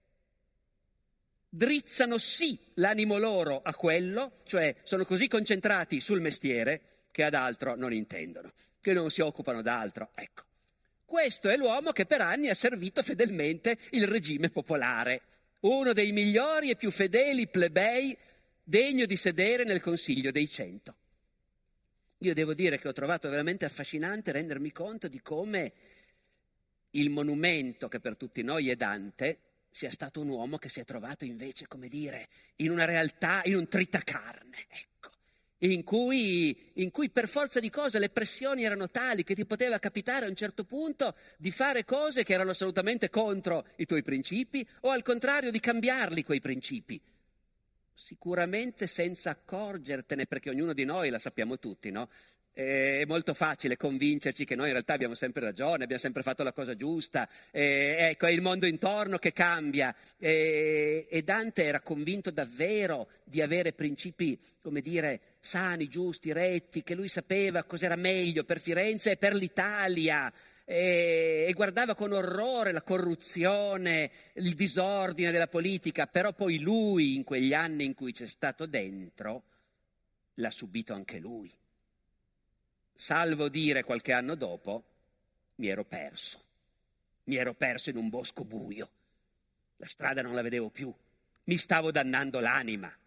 drizzano sì l'animo loro a quello, cioè sono così concentrati sul mestiere che ad altro non intendono, che non si occupano d'altro. Ecco, questo è l'uomo che per anni ha servito fedelmente il regime popolare, uno dei migliori e più fedeli plebei degno di sedere nel Consiglio dei 100. Io devo dire che ho trovato veramente affascinante rendermi conto di come il monumento che per tutti noi è Dante sia stato un uomo che si è trovato invece, come dire, in una realtà, in un tritacarne, ecco, in cui per forza di cose le pressioni erano tali che ti poteva capitare a un certo punto di fare cose che erano assolutamente contro i tuoi principi o al contrario di cambiarli quei principi. Sicuramente senza accorgertene, perché ognuno di noi, la sappiamo tutti, no? È molto facile convincerci che noi in realtà abbiamo sempre ragione, abbiamo sempre fatto la cosa giusta, ecco, è il mondo intorno che cambia. E Dante era convinto davvero di avere principi, come dire, sani, giusti, retti, che lui sapeva cos'era meglio per Firenze e per l'Italia. E guardava con orrore la corruzione, il disordine della politica, però poi lui, in quegli anni in cui c'è stato dentro, l'ha subito anche lui. Salvo dire qualche anno dopo, mi ero perso in un bosco buio, la strada non la vedevo più, mi stavo dannando l'anima.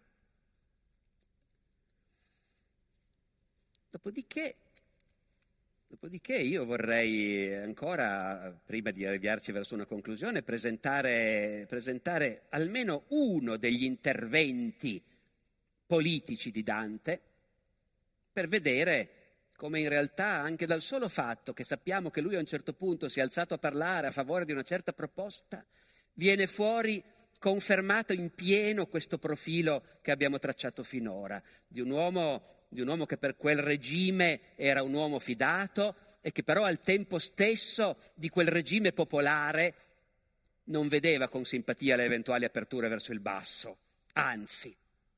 Dopodiché io vorrei ancora, prima di avviarci verso una conclusione, presentare almeno uno degli interventi politici di Dante per vedere come in realtà anche dal solo fatto che sappiamo che lui a un certo punto si è alzato a parlare a favore di una certa proposta, viene fuori confermato in pieno questo profilo che abbiamo tracciato finora, di un uomo che per quel regime era un uomo fidato e che però al tempo stesso di quel regime popolare non vedeva con simpatia le eventuali aperture verso il basso, anzi.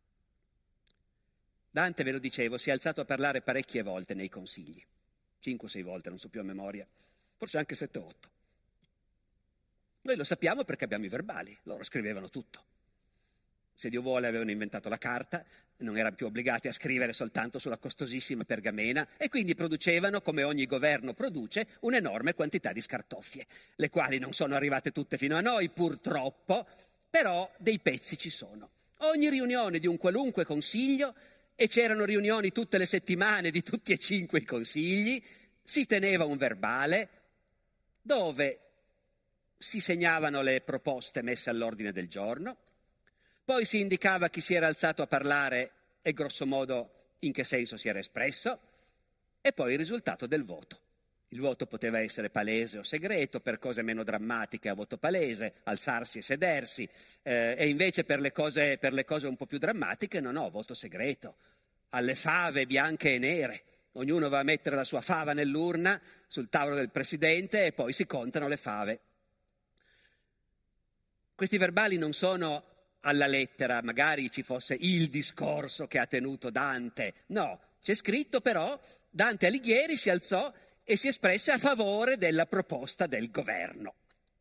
Dante, ve lo dicevo, si è alzato a parlare parecchie volte nei consigli, 5 o 6 volte, non so più a memoria, forse anche 7 o 8. Noi lo sappiamo perché abbiamo i verbali, loro scrivevano tutto. Se Dio vuole avevano inventato la carta, non erano più obbligati a scrivere soltanto sulla costosissima pergamena e quindi producevano, come ogni governo produce, un'enorme quantità di scartoffie, le quali non sono arrivate tutte fino a noi, purtroppo, però dei pezzi ci sono. Ogni riunione di un qualunque consiglio, e c'erano riunioni tutte le settimane di tutti e 5 i consigli, si teneva un verbale dove si segnavano le proposte messe all'ordine del giorno, poi si indicava chi si era alzato a parlare e grosso modo in che senso si era espresso, e poi il risultato del voto. Il voto poteva essere palese o segreto, per cose meno drammatiche a voto palese, alzarsi e sedersi, e invece per le cose un po' più drammatiche no, voto segreto, alle fave bianche e nere. Ognuno va a mettere la sua fava nell'urna sul tavolo del presidente e poi si contano le fave. Questi verbali non sono alla lettera, magari ci fosse il discorso che ha tenuto Dante. No, c'è scritto però, Dante Alighieri si alzò e si espresse a favore della proposta del governo.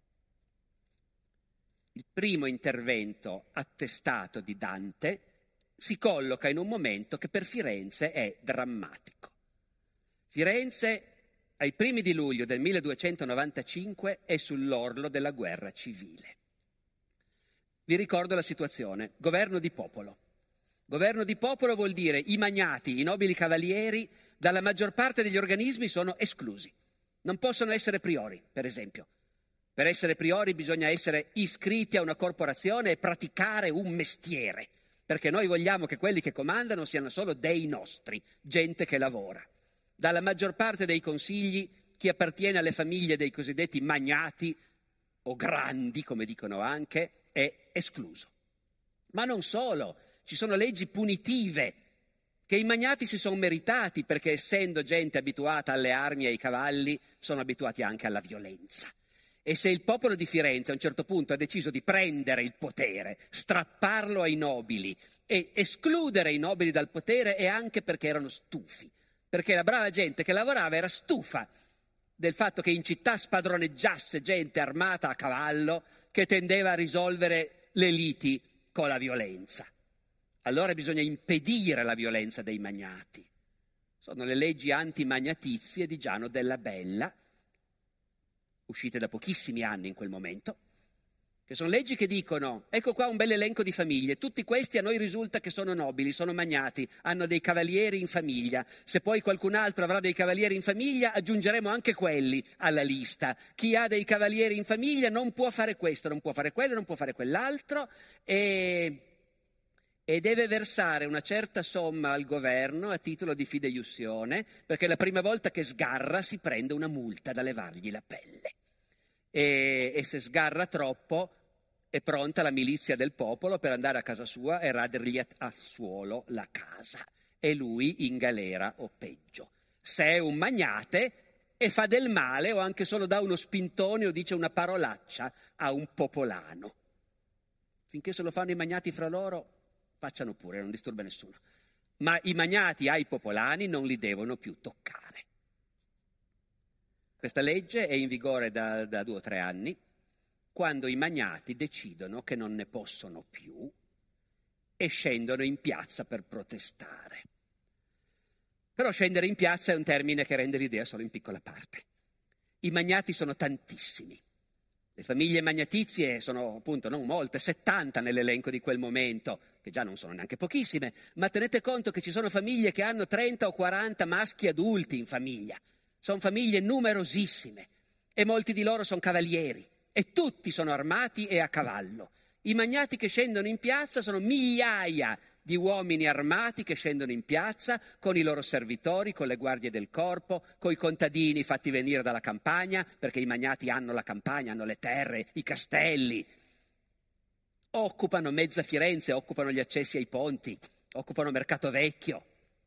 Il primo intervento attestato di Dante si colloca in un momento che per Firenze è drammatico. Firenze, ai primi di luglio del 1295, è sull'orlo della guerra civile. Vi ricordo la situazione: governo di popolo. Governo di popolo vuol dire i magnati, i nobili cavalieri, dalla maggior parte degli organismi sono esclusi. Non possono essere priori, per esempio. Per essere priori bisogna essere iscritti a una corporazione e praticare un mestiere, perché noi vogliamo che quelli che comandano siano solo dei nostri, gente che lavora. Dalla maggior parte dei consigli, chi appartiene alle famiglie dei cosiddetti magnati, o grandi, come dicono anche, è escluso. Ma non solo, ci sono leggi punitive che i magnati si sono meritati, perché essendo gente abituata alle armi e ai cavalli, sono abituati anche alla violenza. E se il popolo di Firenze a un certo punto ha deciso di prendere il potere, strapparlo ai nobili e escludere i nobili dal potere, è anche perché erano stufi, perché la brava gente che lavorava era stufa del fatto che in città spadroneggiasse gente armata a cavallo che tendeva a risolvere le liti con la violenza. Allora bisogna impedire la violenza dei magnati. Sono le leggi antimagnatizie di Giano della Bella, uscite da pochissimi anni in quel momento, che sono leggi che dicono: ecco qua un bel elenco di famiglie, tutti questi a noi risulta che sono nobili, sono magnati, hanno dei cavalieri in famiglia. Se poi qualcun altro avrà dei cavalieri in famiglia, aggiungeremo anche quelli alla lista. Chi ha dei cavalieri in famiglia non può fare questo, non può fare quello, non può fare quell'altro e deve versare una certa somma al governo a titolo di fideiussione, perché la prima volta che sgarra si prende una multa da levargli la pelle. E se sgarra troppo è pronta la milizia del popolo per andare a casa sua e radergli a suolo la casa, e lui in galera o peggio. Se è un magnate e fa del male o anche solo dà uno spintone o dice una parolaccia a un popolano, finché se lo fanno i magnati fra loro, facciano pure, non disturba nessuno. Ma i magnati ai popolani non li devono più toccare. Questa legge è in vigore da 2 o 3 anni, quando i magnati decidono che non ne possono più e scendono in piazza per protestare. Però scendere in piazza è un termine che rende l'idea solo in piccola parte. I magnati sono tantissimi. Le famiglie magnatizie sono appunto non molte, 70 nell'elenco di quel momento, che già non sono neanche pochissime, ma tenete conto che ci sono famiglie che hanno 30 o 40 maschi adulti in famiglia. Sono famiglie numerosissime e molti di loro sono cavalieri e tutti sono armati e a cavallo. I magnati che scendono in piazza sono migliaia di uomini armati che scendono in piazza con i loro servitori, con le guardie del corpo, con i contadini fatti venire dalla campagna, perché i magnati hanno la campagna, hanno le terre, i castelli. occupano mezza Firenze, occupano gli accessi ai ponti, occupano Mercato Vecchio,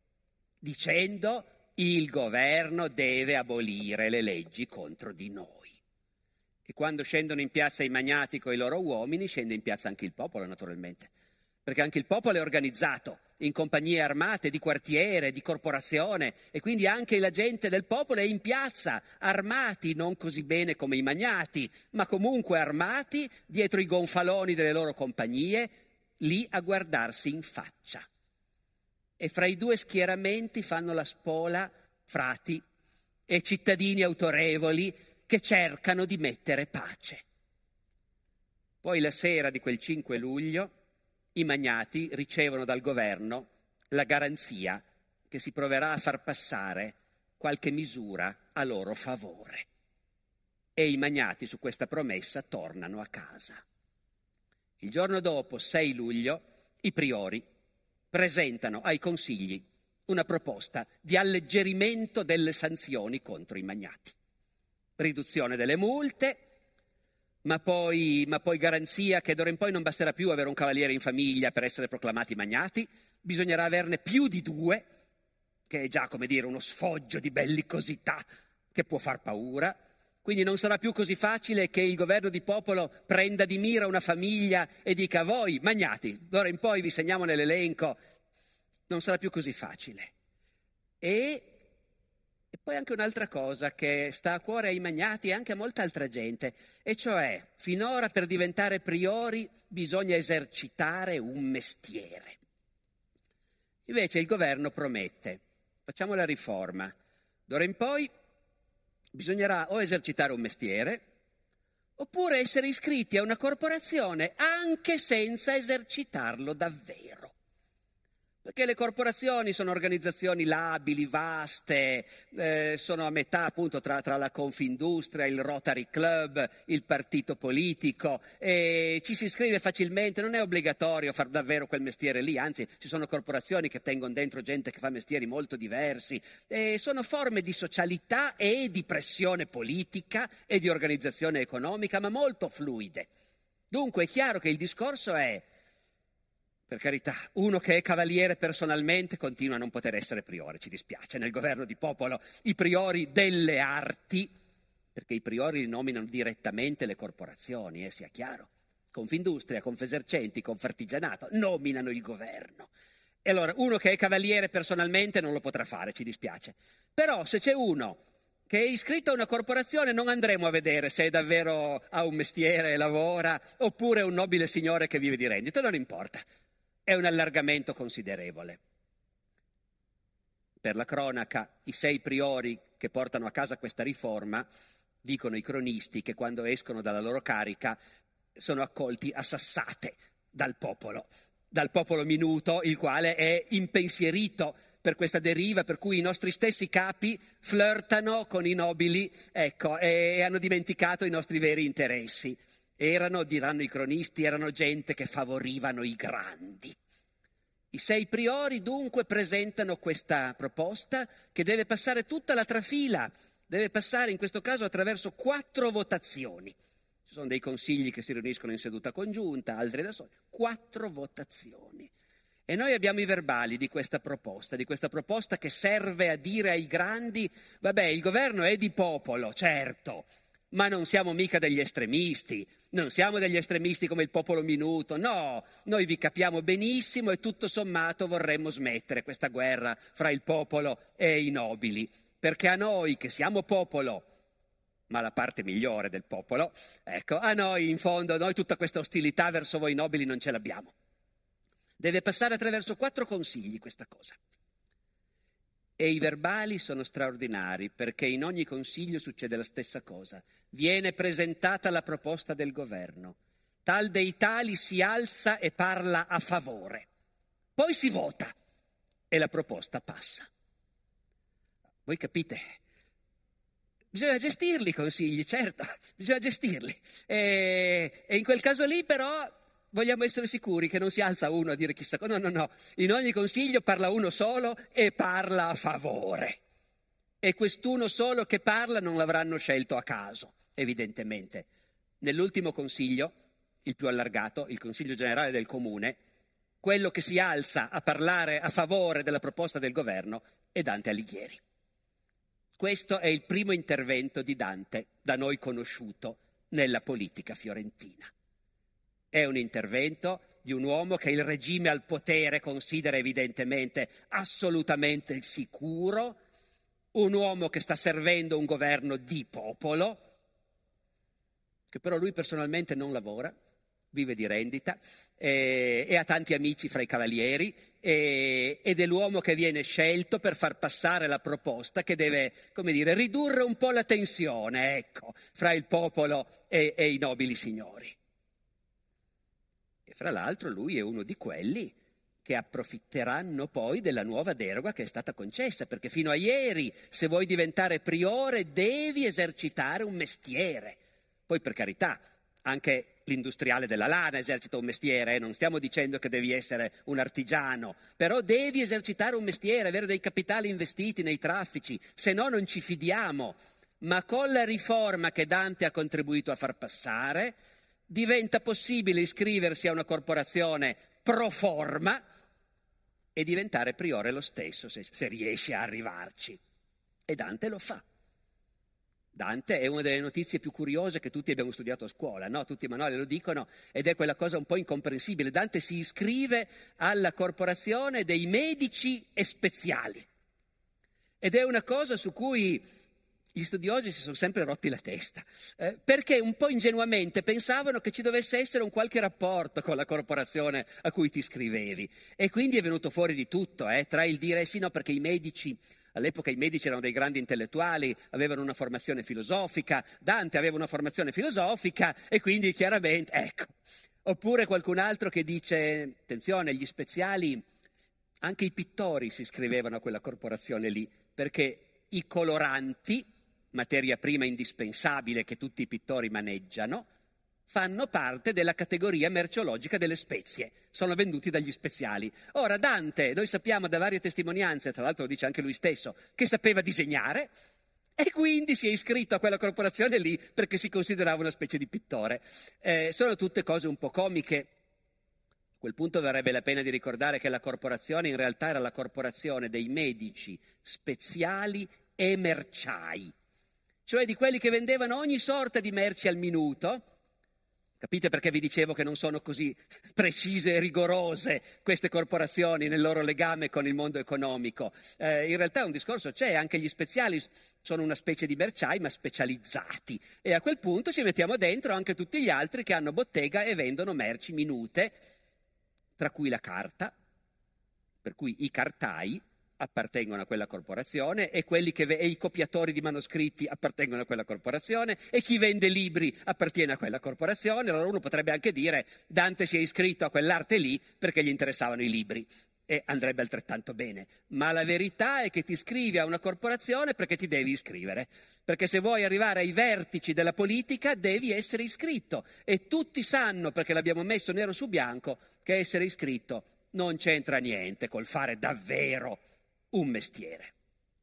dicendo il governo deve abolire le leggi contro di noi. E quando scendono in piazza i magnati con i loro uomini, scende in piazza anche il popolo, naturalmente. Perché anche il popolo è organizzato in compagnie armate di quartiere, di corporazione, e quindi anche la gente del popolo è in piazza, armati, non così bene come i magnati, ma comunque armati, dietro i gonfaloni delle loro compagnie, lì a guardarsi in faccia. E fra i due schieramenti fanno la spola frati e cittadini autorevoli che cercano di mettere pace. Poi la sera di quel 5 luglio i magnati ricevono dal governo la garanzia che si proverà a far passare qualche misura a loro favore. E i magnati su questa promessa tornano a casa. Il giorno dopo, 6 luglio, i priori presentano ai consigli una proposta di alleggerimento delle sanzioni contro i magnati. Riduzione delle multe, ma poi garanzia che d'ora in poi non basterà più avere un cavaliere in famiglia per essere proclamati magnati, bisognerà averne più di 2, che è già, come dire, uno sfoggio di bellicosità che può far paura. Quindi non sarà più così facile che il governo di popolo prenda di mira una famiglia e dica: voi magnati, d'ora in poi vi segniamo nell'elenco. Non sarà più così facile. E poi anche un'altra cosa che sta a cuore ai magnati e anche a molta altra gente, e cioè finora per diventare priori bisogna esercitare un mestiere. Invece il governo promette: facciamo la riforma, d'ora in poi bisognerà o esercitare un mestiere oppure essere iscritti a una corporazione anche senza esercitarlo davvero. Perché le corporazioni sono organizzazioni labili, vaste, sono a metà appunto tra la Confindustria, il Rotary Club, il partito politico, e ci si iscrive facilmente, non è obbligatorio far davvero quel mestiere lì, anzi ci sono corporazioni che tengono dentro gente che fa mestieri molto diversi, e sono forme di socialità e di pressione politica e di organizzazione economica, ma molto fluide. Dunque è chiaro che il discorso è: per carità, uno che è cavaliere personalmente continua a non poter essere priore, ci dispiace. Nel governo di popolo i priori delle arti, perché i priori li nominano direttamente le corporazioni, sia chiaro. Confindustria, Confesercenti, Confartigianato nominano il governo. E allora uno che è cavaliere personalmente non lo potrà fare, ci dispiace. Però se c'è uno che è iscritto a una corporazione non andremo a vedere se davvero ha un mestiere e lavora oppure è un nobile signore che vive di rendita, non importa. È un allargamento considerevole. Per la cronaca, i 6 priori che portano a casa questa riforma, dicono i cronisti, che quando escono dalla loro carica sono accolti a sassate dal popolo minuto, il quale è impensierito per questa deriva per cui i nostri stessi capi flirtano con i nobili, e hanno dimenticato i nostri veri interessi. Erano, diranno i cronisti, erano gente che favorivano i grandi. I 6 priori dunque presentano questa proposta che deve passare tutta la trafila, deve passare in questo caso attraverso 4 votazioni. Ci sono dei consigli che si riuniscono in seduta congiunta, altri da soli, 4 votazioni. E noi abbiamo i verbali di questa proposta che serve a dire ai grandi: vabbè, il governo è di popolo, certo, ma non siamo mica degli estremisti, non siamo degli estremisti come il popolo minuto, no, noi vi capiamo benissimo e tutto sommato vorremmo smettere questa guerra fra il popolo e i nobili, perché a noi che siamo popolo, ma la parte migliore del popolo, a noi in fondo, noi tutta questa ostilità verso voi nobili non ce l'abbiamo. Deve passare attraverso 4 consigli questa cosa. E i verbali sono straordinari perché in ogni consiglio succede la stessa cosa. Viene presentata la proposta del governo. Tal dei tali si alza e parla a favore. Poi si vota e la proposta passa. Voi capite? Bisogna gestirli i consigli, certo, bisogna gestirli. E in quel caso lì però vogliamo essere sicuri che non si alza uno a dire chissà cosa. No. In ogni consiglio parla uno solo e parla a favore. E quest'uno solo che parla non l'avranno scelto a caso, evidentemente. Nell'ultimo consiglio il più allargato, il Consiglio Generale del Comune, quello che si alza a parlare a favore della proposta del governo è Dante Alighieri. Questo è il primo intervento di Dante da noi conosciuto nella politica fiorentina. È un intervento di un uomo che il regime al potere considera evidentemente assolutamente sicuro, un uomo che sta servendo un governo di popolo, che però lui personalmente non lavora, vive di rendita e ha tanti amici fra i cavalieri ed è l'uomo che viene scelto per far passare la proposta che deve, come dire, ridurre un po' la tensione, ecco, fra il popolo e i nobili signori. E fra l'altro lui è uno di quelli che approfitteranno poi della nuova deroga che è stata concessa, perché fino a ieri, se vuoi diventare priore, devi esercitare un mestiere. Poi, per carità, anche l'industriale della lana esercita un mestiere, non stiamo dicendo che devi essere un artigiano, però devi esercitare un mestiere, avere dei capitali investiti nei traffici, se no non ci fidiamo. Ma con la riforma che Dante ha contribuito a far passare, diventa possibile iscriversi a una corporazione pro forma e diventare priore lo stesso, se riesce a arrivarci. E Dante lo fa. Dante è una delle notizie più curiose che tutti abbiamo studiato a scuola, no? Tutti i manuali lo dicono ed è quella cosa un po' incomprensibile. Dante si iscrive alla corporazione dei medici e speziali ed è una cosa su cui gli studiosi si sono sempre rotti la testa, perché un po' ingenuamente pensavano che ci dovesse essere un qualche rapporto con la corporazione a cui ti iscrivevi e quindi è venuto fuori di tutto, tra il dire sì no perché i medici... All'epoca i medici erano dei grandi intellettuali, avevano una formazione filosofica, Dante aveva una formazione filosofica e quindi chiaramente, ecco. Oppure qualcun altro che dice, attenzione, gli speziali, anche i pittori si iscrivevano a quella corporazione lì, perché i coloranti, materia prima indispensabile che tutti i pittori maneggiano, fanno parte della categoria merceologica delle spezie, sono venduti dagli speziali. Ora Dante, noi sappiamo da varie testimonianze, tra l'altro lo dice anche lui stesso, che sapeva disegnare e quindi si è iscritto a quella corporazione lì perché si considerava una specie di pittore. Sono tutte cose un po' comiche. A quel punto varrebbe la pena di ricordare che la corporazione in realtà era la corporazione dei medici speziali e merciai, cioè di quelli che vendevano ogni sorta di merci al minuto. Capite perché vi dicevo che non sono così precise e rigorose queste corporazioni nel loro legame con il mondo economico? In realtà un discorso c'è, anche gli speziali sono una specie di merciai ma specializzati e a quel punto ci mettiamo dentro anche tutti gli altri che hanno bottega e vendono merci minute, tra cui la carta, per cui i cartai appartengono a quella corporazione e e i copiatori di manoscritti appartengono a quella corporazione e chi vende libri appartiene a quella corporazione. Allora uno potrebbe anche dire Dante si è iscritto a quell'arte lì perché gli interessavano i libri e andrebbe altrettanto bene, ma la verità è che ti iscrivi a una corporazione perché ti devi iscrivere, perché se vuoi arrivare ai vertici della politica devi essere iscritto e tutti sanno, perché l'abbiamo messo nero su bianco, che essere iscritto non c'entra niente col fare davvero un mestiere.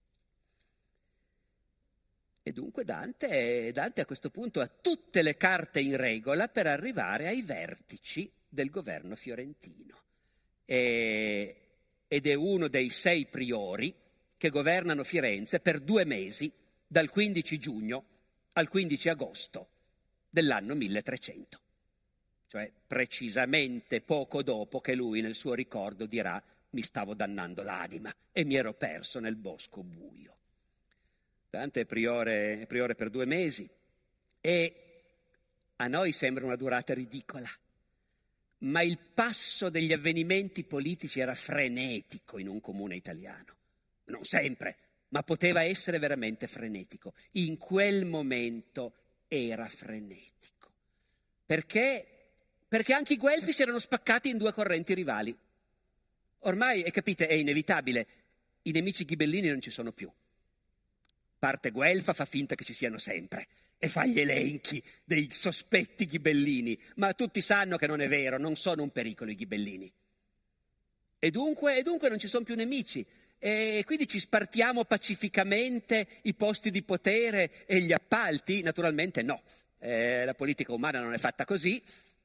E dunque Dante a questo punto ha tutte le carte in regola per arrivare ai vertici del governo fiorentino. Ed è uno dei 6 priori che governano Firenze per 2 mesi, dal 15 giugno al 15 agosto dell'anno 1300. Cioè precisamente poco dopo che lui nel suo ricordo dirà mi stavo dannando l'anima e mi ero perso nel bosco buio. Dante è priore per 2 mesi e a noi sembra una durata ridicola, ma il passo degli avvenimenti politici era frenetico in un comune italiano. Non sempre, ma poteva essere veramente frenetico. In quel momento era frenetico. Perché? Perché anche i Guelfi si erano spaccati in 2 correnti rivali. Ormai, capite, è inevitabile, i nemici ghibellini non ci sono più. Parte Guelfa fa finta che ci siano sempre e fa gli elenchi dei sospetti ghibellini, ma tutti sanno che non è vero, non sono un pericolo i ghibellini. E dunque non ci sono più nemici e quindi ci spartiamo pacificamente i posti di potere e gli appalti? Naturalmente no, la politica umana non è fatta così.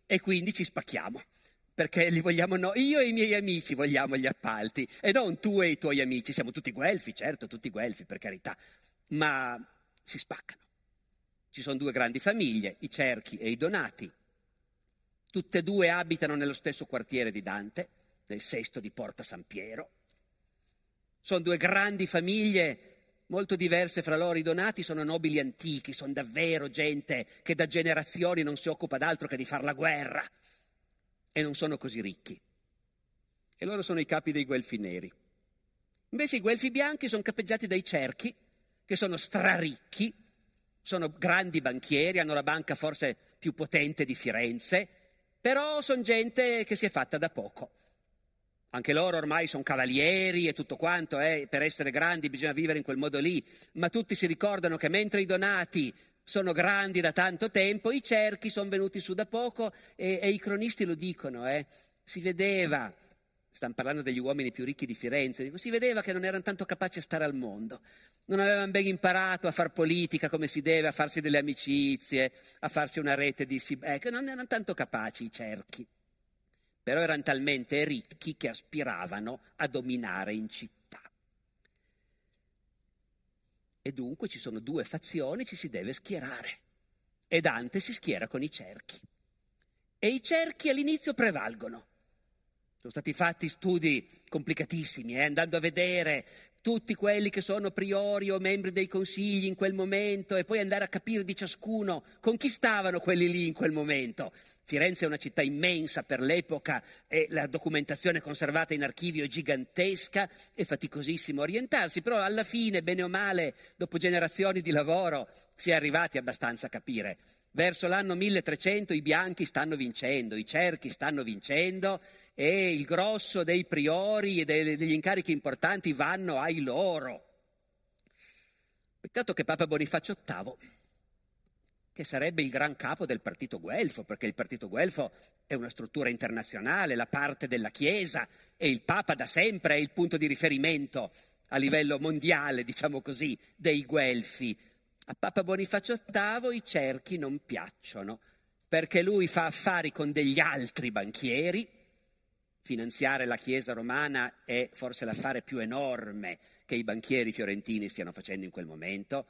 e quindi ci spacchiamo, perché li vogliamo noi, io e i miei amici vogliamo gli appalti, e non tu e i tuoi amici, siamo tutti guelfi, certo, tutti guelfi, per carità, ma si spaccano. Ci sono due grandi famiglie, i Cerchi e i Donati, tutte e due abitano nello stesso quartiere di Dante, nel Sesto di Porta San Piero. Sono due grandi famiglie molto diverse fra loro. I Donati sono nobili antichi, sono davvero gente che da generazioni non si occupa d'altro che di far la guerra, e non sono così ricchi. E loro sono i capi dei Guelfi neri. Invece i Guelfi bianchi sono capeggiati dai Cerchi, che sono straricchi, sono grandi banchieri, hanno la banca forse più potente di Firenze, però sono gente che si è fatta da poco. Anche loro ormai sono cavalieri e tutto quanto, per essere grandi bisogna vivere in quel modo lì, ma tutti si ricordano che mentre i Donati sono grandi da tanto tempo, i Cerchi sono venuti su da poco e i cronisti lo dicono, si vedeva, stanno parlando degli uomini più ricchi di Firenze, si vedeva che non erano tanto capaci a stare al mondo, non avevano ben imparato a far politica come si deve, a farsi delle amicizie, a farsi una rete che non erano tanto capaci i Cerchi. Però erano talmente ricchi che aspiravano a dominare in città. E dunque ci sono due fazioni, ci si deve schierare. E Dante si schiera con i Cerchi. E i Cerchi all'inizio prevalgono. Sono stati fatti studi complicatissimi, andando a vedere tutti quelli che sono priori o membri dei consigli in quel momento e poi andare a capire di ciascuno con chi stavano quelli lì in quel momento. Firenze è una città immensa per l'epoca e la documentazione conservata in archivio è gigantesca, è faticosissimo orientarsi, però alla fine, bene o male, dopo generazioni di lavoro, si è arrivati abbastanza a capire. Verso l'anno 1300 i bianchi stanno vincendo, i Cerchi stanno vincendo e il grosso dei priori e degli incarichi importanti vanno ai loro. Peccato che Papa Bonifacio VIII, che sarebbe il gran capo del partito guelfo, perché il partito guelfo è una struttura internazionale, la parte della Chiesa, e il Papa da sempre è il punto di riferimento a livello mondiale, diciamo così, dei guelfi. A Papa Bonifacio VIII i Cerchi non piacciono, perché lui fa affari con degli altri banchieri. Finanziare la Chiesa romana è forse l'affare più enorme che i banchieri fiorentini stiano facendo in quel momento.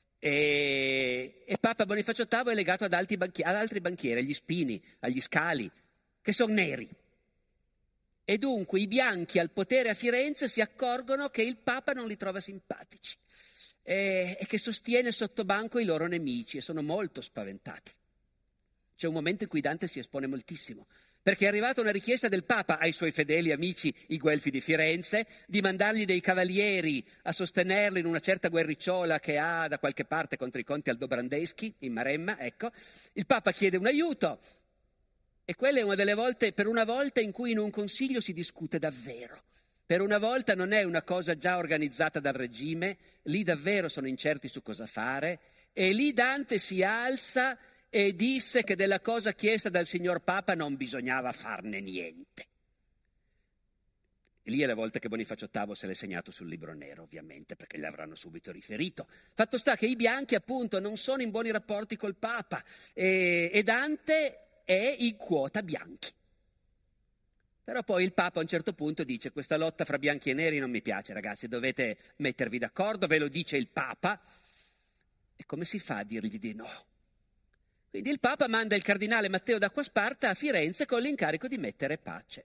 E Papa Bonifacio VIII è legato ad altri banchieri, agli Spini, agli Scali, che sono neri. E dunque i bianchi al potere a Firenze si accorgono che il Papa non li trova simpatici e che sostiene sotto banco i loro nemici e sono molto spaventati. C'è un momento in cui Dante si espone moltissimo, perché è arrivata una richiesta del Papa ai suoi fedeli amici, i Guelfi di Firenze, di mandargli dei cavalieri a sostenerlo in una certa guerricciola che ha da qualche parte contro i conti aldobrandeschi, in Maremma, ecco. Il Papa chiede un aiuto e quella è una delle volte, per una volta in cui in un consiglio si discute davvero. Per una volta non è una cosa già organizzata dal regime, lì davvero sono incerti su cosa fare e lì Dante si alza e disse che della cosa chiesta dal signor Papa non bisognava farne niente. E lì è la volta che Bonifacio VIII se l'è segnato sul libro nero, ovviamente, perché gli avranno subito riferito. Fatto sta che i bianchi, appunto, non sono in buoni rapporti col Papa e Dante è in quota bianchi. Però poi il Papa a un certo punto dice: questa lotta fra bianchi e neri non mi piace, ragazzi, dovete mettervi d'accordo, ve lo dice il Papa. E come si fa a dirgli di no? Quindi il Papa manda il cardinale Matteo d'Acquasparta a Firenze con l'incarico di mettere pace.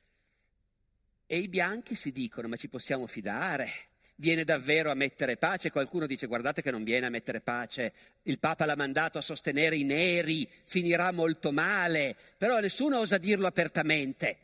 E i bianchi si dicono: ma ci possiamo fidare? Viene davvero a mettere pace? Qualcuno dice: guardate che non viene a mettere pace, il Papa l'ha mandato a sostenere i neri, finirà molto male, però nessuno osa dirlo apertamente.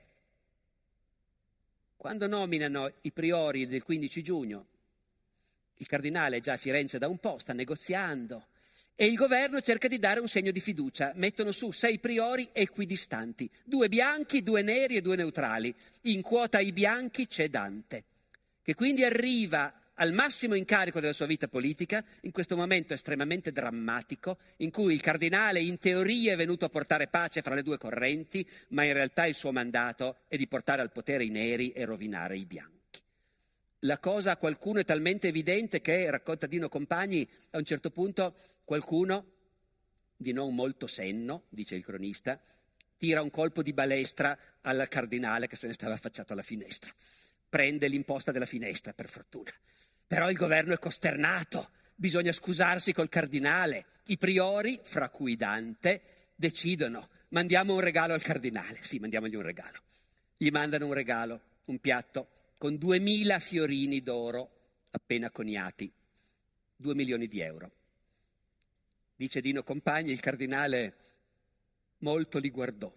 Quando nominano i priori del 15 giugno, il cardinale è già a Firenze da un po', sta negoziando, e il governo cerca di dare un segno di fiducia. Mettono su 6 priori equidistanti, 2 bianchi, 2 neri e 2 neutrali. In quota ai bianchi c'è Dante, che quindi arriva al massimo incarico della sua vita politica, in questo momento estremamente drammatico, in cui il cardinale in teoria è venuto a portare pace fra le due correnti, ma in realtà il suo mandato è di portare al potere i neri e rovinare i bianchi. La cosa a qualcuno è talmente evidente che, racconta Dino Compagni, a un certo punto qualcuno, di non molto senno, dice il cronista, tira un colpo di balestra al cardinale che se ne stava affacciato alla finestra. Prende l'imposta della finestra, per fortuna. Però il governo è costernato, bisogna scusarsi col cardinale. I priori, fra cui Dante, decidono: mandiamo un regalo al cardinale. Sì, mandiamogli un regalo. Gli mandano un regalo, un piatto con 2000 fiorini d'oro appena coniati, 2 milioni di euro. Dice Dino Compagni, il cardinale molto li guardò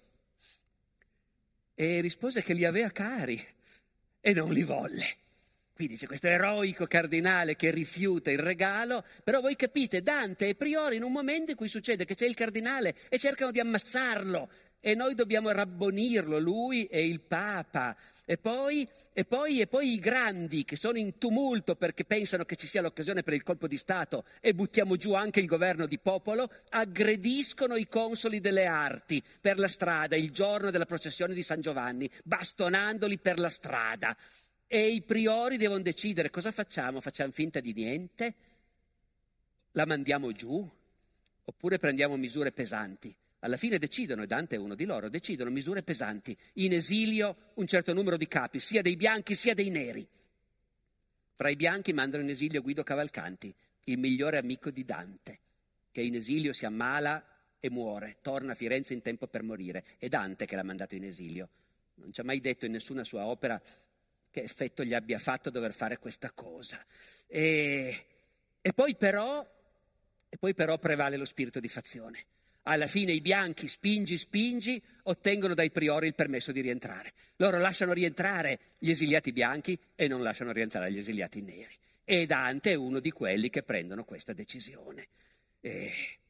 e rispose che li aveva cari e non li volle. Qui dice questo eroico cardinale che rifiuta il regalo, però voi capite, Dante è priore in un momento in cui succede che c'è il cardinale e cercano di ammazzarlo e noi dobbiamo rabbonirlo, lui e il Papa. E poi i grandi che sono in tumulto perché pensano che ci sia l'occasione per il colpo di Stato e buttiamo giù anche il governo di popolo, aggrediscono i consoli delle arti per la strada il giorno della processione di San Giovanni, bastonandoli per la strada. E i priori devono decidere cosa facciamo, facciamo finta di niente, la mandiamo giù oppure prendiamo misure pesanti. Alla fine decidono, e Dante è uno di loro, decidono misure pesanti, in esilio un certo numero di capi, sia dei bianchi sia dei neri. Fra i bianchi mandano in esilio Guido Cavalcanti, il migliore amico di Dante, che in esilio si ammala e muore, torna a Firenze in tempo per morire. È Dante che l'ha mandato in esilio, non ci ha mai detto in nessuna sua opera che effetto gli abbia fatto dover fare questa cosa. E poi però prevale lo spirito di fazione. Alla fine i bianchi, spingi, ottengono dai priori il permesso di rientrare. Loro lasciano rientrare gli esiliati bianchi e non lasciano rientrare gli esiliati neri. E Dante è uno di quelli che prendono questa decisione. E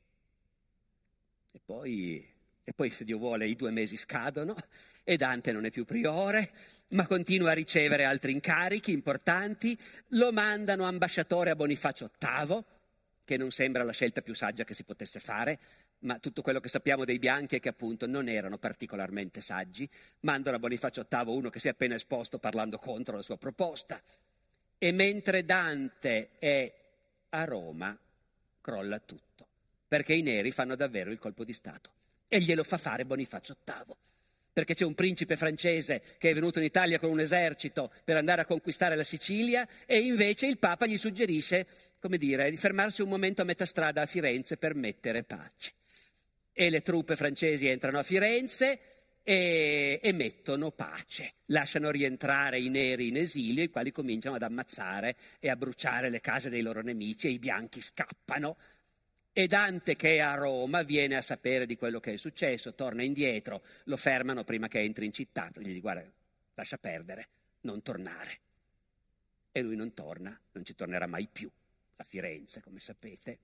poi, se Dio vuole, i 2 mesi scadono e Dante non è più priore, ma continua a ricevere altri incarichi importanti. Lo mandano ambasciatore a Bonifacio VIII, che non sembra la scelta più saggia che si potesse fare, ma tutto quello che sappiamo dei bianchi è che appunto non erano particolarmente saggi. Mandano a Bonifacio VIII uno che si è appena esposto parlando contro la sua proposta. E mentre Dante è a Roma, crolla tutto, perché i neri fanno davvero il colpo di Stato. E glielo fa fare Bonifacio VIII, perché c'è un principe francese che è venuto in Italia con un esercito per andare a conquistare la Sicilia e invece il Papa gli suggerisce, di fermarsi un momento a metà strada a Firenze per mettere pace. E le truppe francesi entrano a Firenze e mettono pace, lasciano rientrare i neri in esilio, i quali cominciano ad ammazzare e a bruciare le case dei loro nemici e i bianchi scappano. E Dante, che è a Roma, viene a sapere di quello che è successo, torna indietro, lo fermano prima che entri in città, gli dice: guarda, lascia perdere, non tornare. E lui non torna, non ci tornerà mai più a Firenze, come sapete.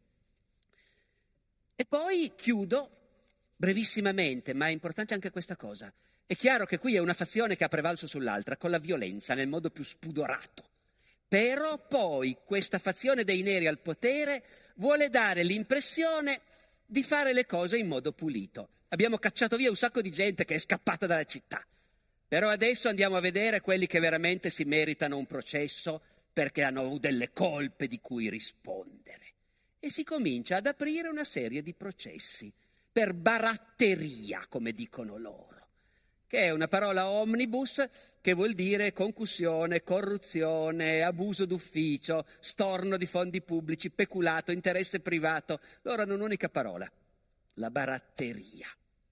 E poi chiudo brevissimamente, ma è importante anche questa cosa. È chiaro che qui è una fazione che ha prevalso sull'altra con la violenza, nel modo più spudorato. Però poi questa fazione dei neri al potere vuole dare l'impressione di fare le cose in modo pulito. Abbiamo cacciato via un sacco di gente che è scappata dalla città, però adesso andiamo a vedere quelli che veramente si meritano un processo perché hanno delle colpe di cui rispondere. E si comincia ad aprire una serie di processi per baratteria, come dicono loro, che è una parola omnibus che vuol dire concussione, corruzione, abuso d'ufficio, storno di fondi pubblici, peculato, interesse privato. Loro hanno un'unica parola: la baratteria.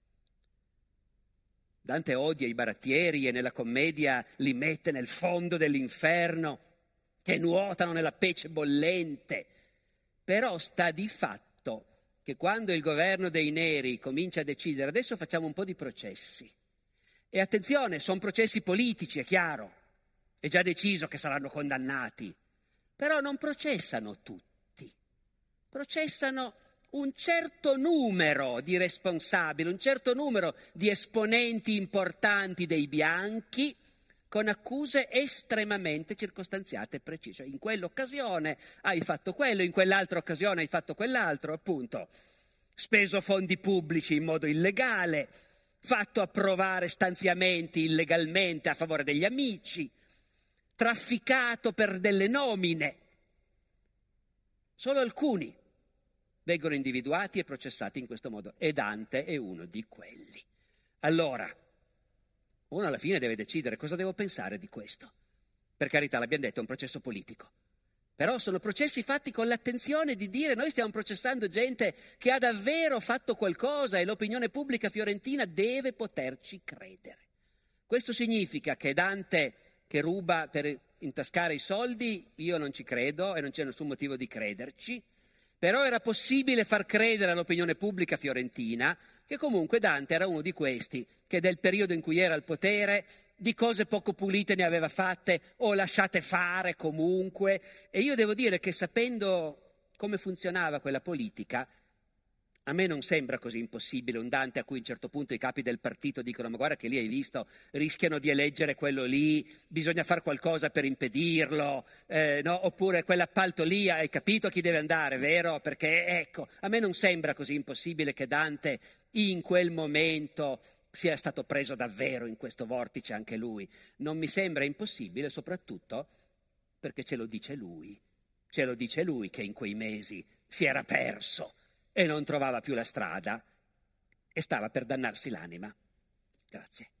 Dante odia i barattieri e nella commedia li mette nel fondo dell'inferno, che nuotano nella pece bollente. Però sta di fatto che quando il governo dei neri comincia a decidere adesso facciamo un po' di processi, e attenzione, sono processi politici, è chiaro, è già deciso che saranno condannati, però non processano tutti, processano un certo numero di responsabili, un certo numero di esponenti importanti dei bianchi con accuse estremamente circostanziate e precise. In quell'occasione hai fatto quello, in quell'altra occasione hai fatto quell'altro, appunto. Speso fondi pubblici in modo illegale, fatto approvare stanziamenti illegalmente a favore degli amici, trafficato per delle nomine. Solo alcuni vengono individuati e processati in questo modo, e Dante è uno di quelli. Allora, uno alla fine deve decidere cosa devo pensare di questo. Per carità, l'abbiamo detto, è un processo politico. Però sono processi fatti con l'attenzione di dire noi stiamo processando gente che ha davvero fatto qualcosa e l'opinione pubblica fiorentina deve poterci credere. Questo significa che Dante che ruba per intascare i soldi, io non ci credo e non c'è nessun motivo di crederci, però era possibile far credere all'opinione pubblica fiorentina che comunque Dante era uno di questi che del periodo in cui era al potere di cose poco pulite ne aveva fatte o lasciate fare comunque, e io devo dire che sapendo come funzionava quella politica, a me non sembra così impossibile un Dante a cui a un certo punto i capi del partito dicono ma guarda che lì hai visto, rischiano di eleggere quello lì, bisogna fare qualcosa per impedirlo, no? Oppure quell'appalto lì hai capito a chi deve andare, vero? Perché ecco, a me non sembra così impossibile che Dante in quel momento sia stato preso davvero in questo vortice anche lui. Non mi sembra impossibile soprattutto perché ce lo dice lui che in quei mesi si era perso e non trovava più la strada e stava per dannarsi l'anima. Grazie.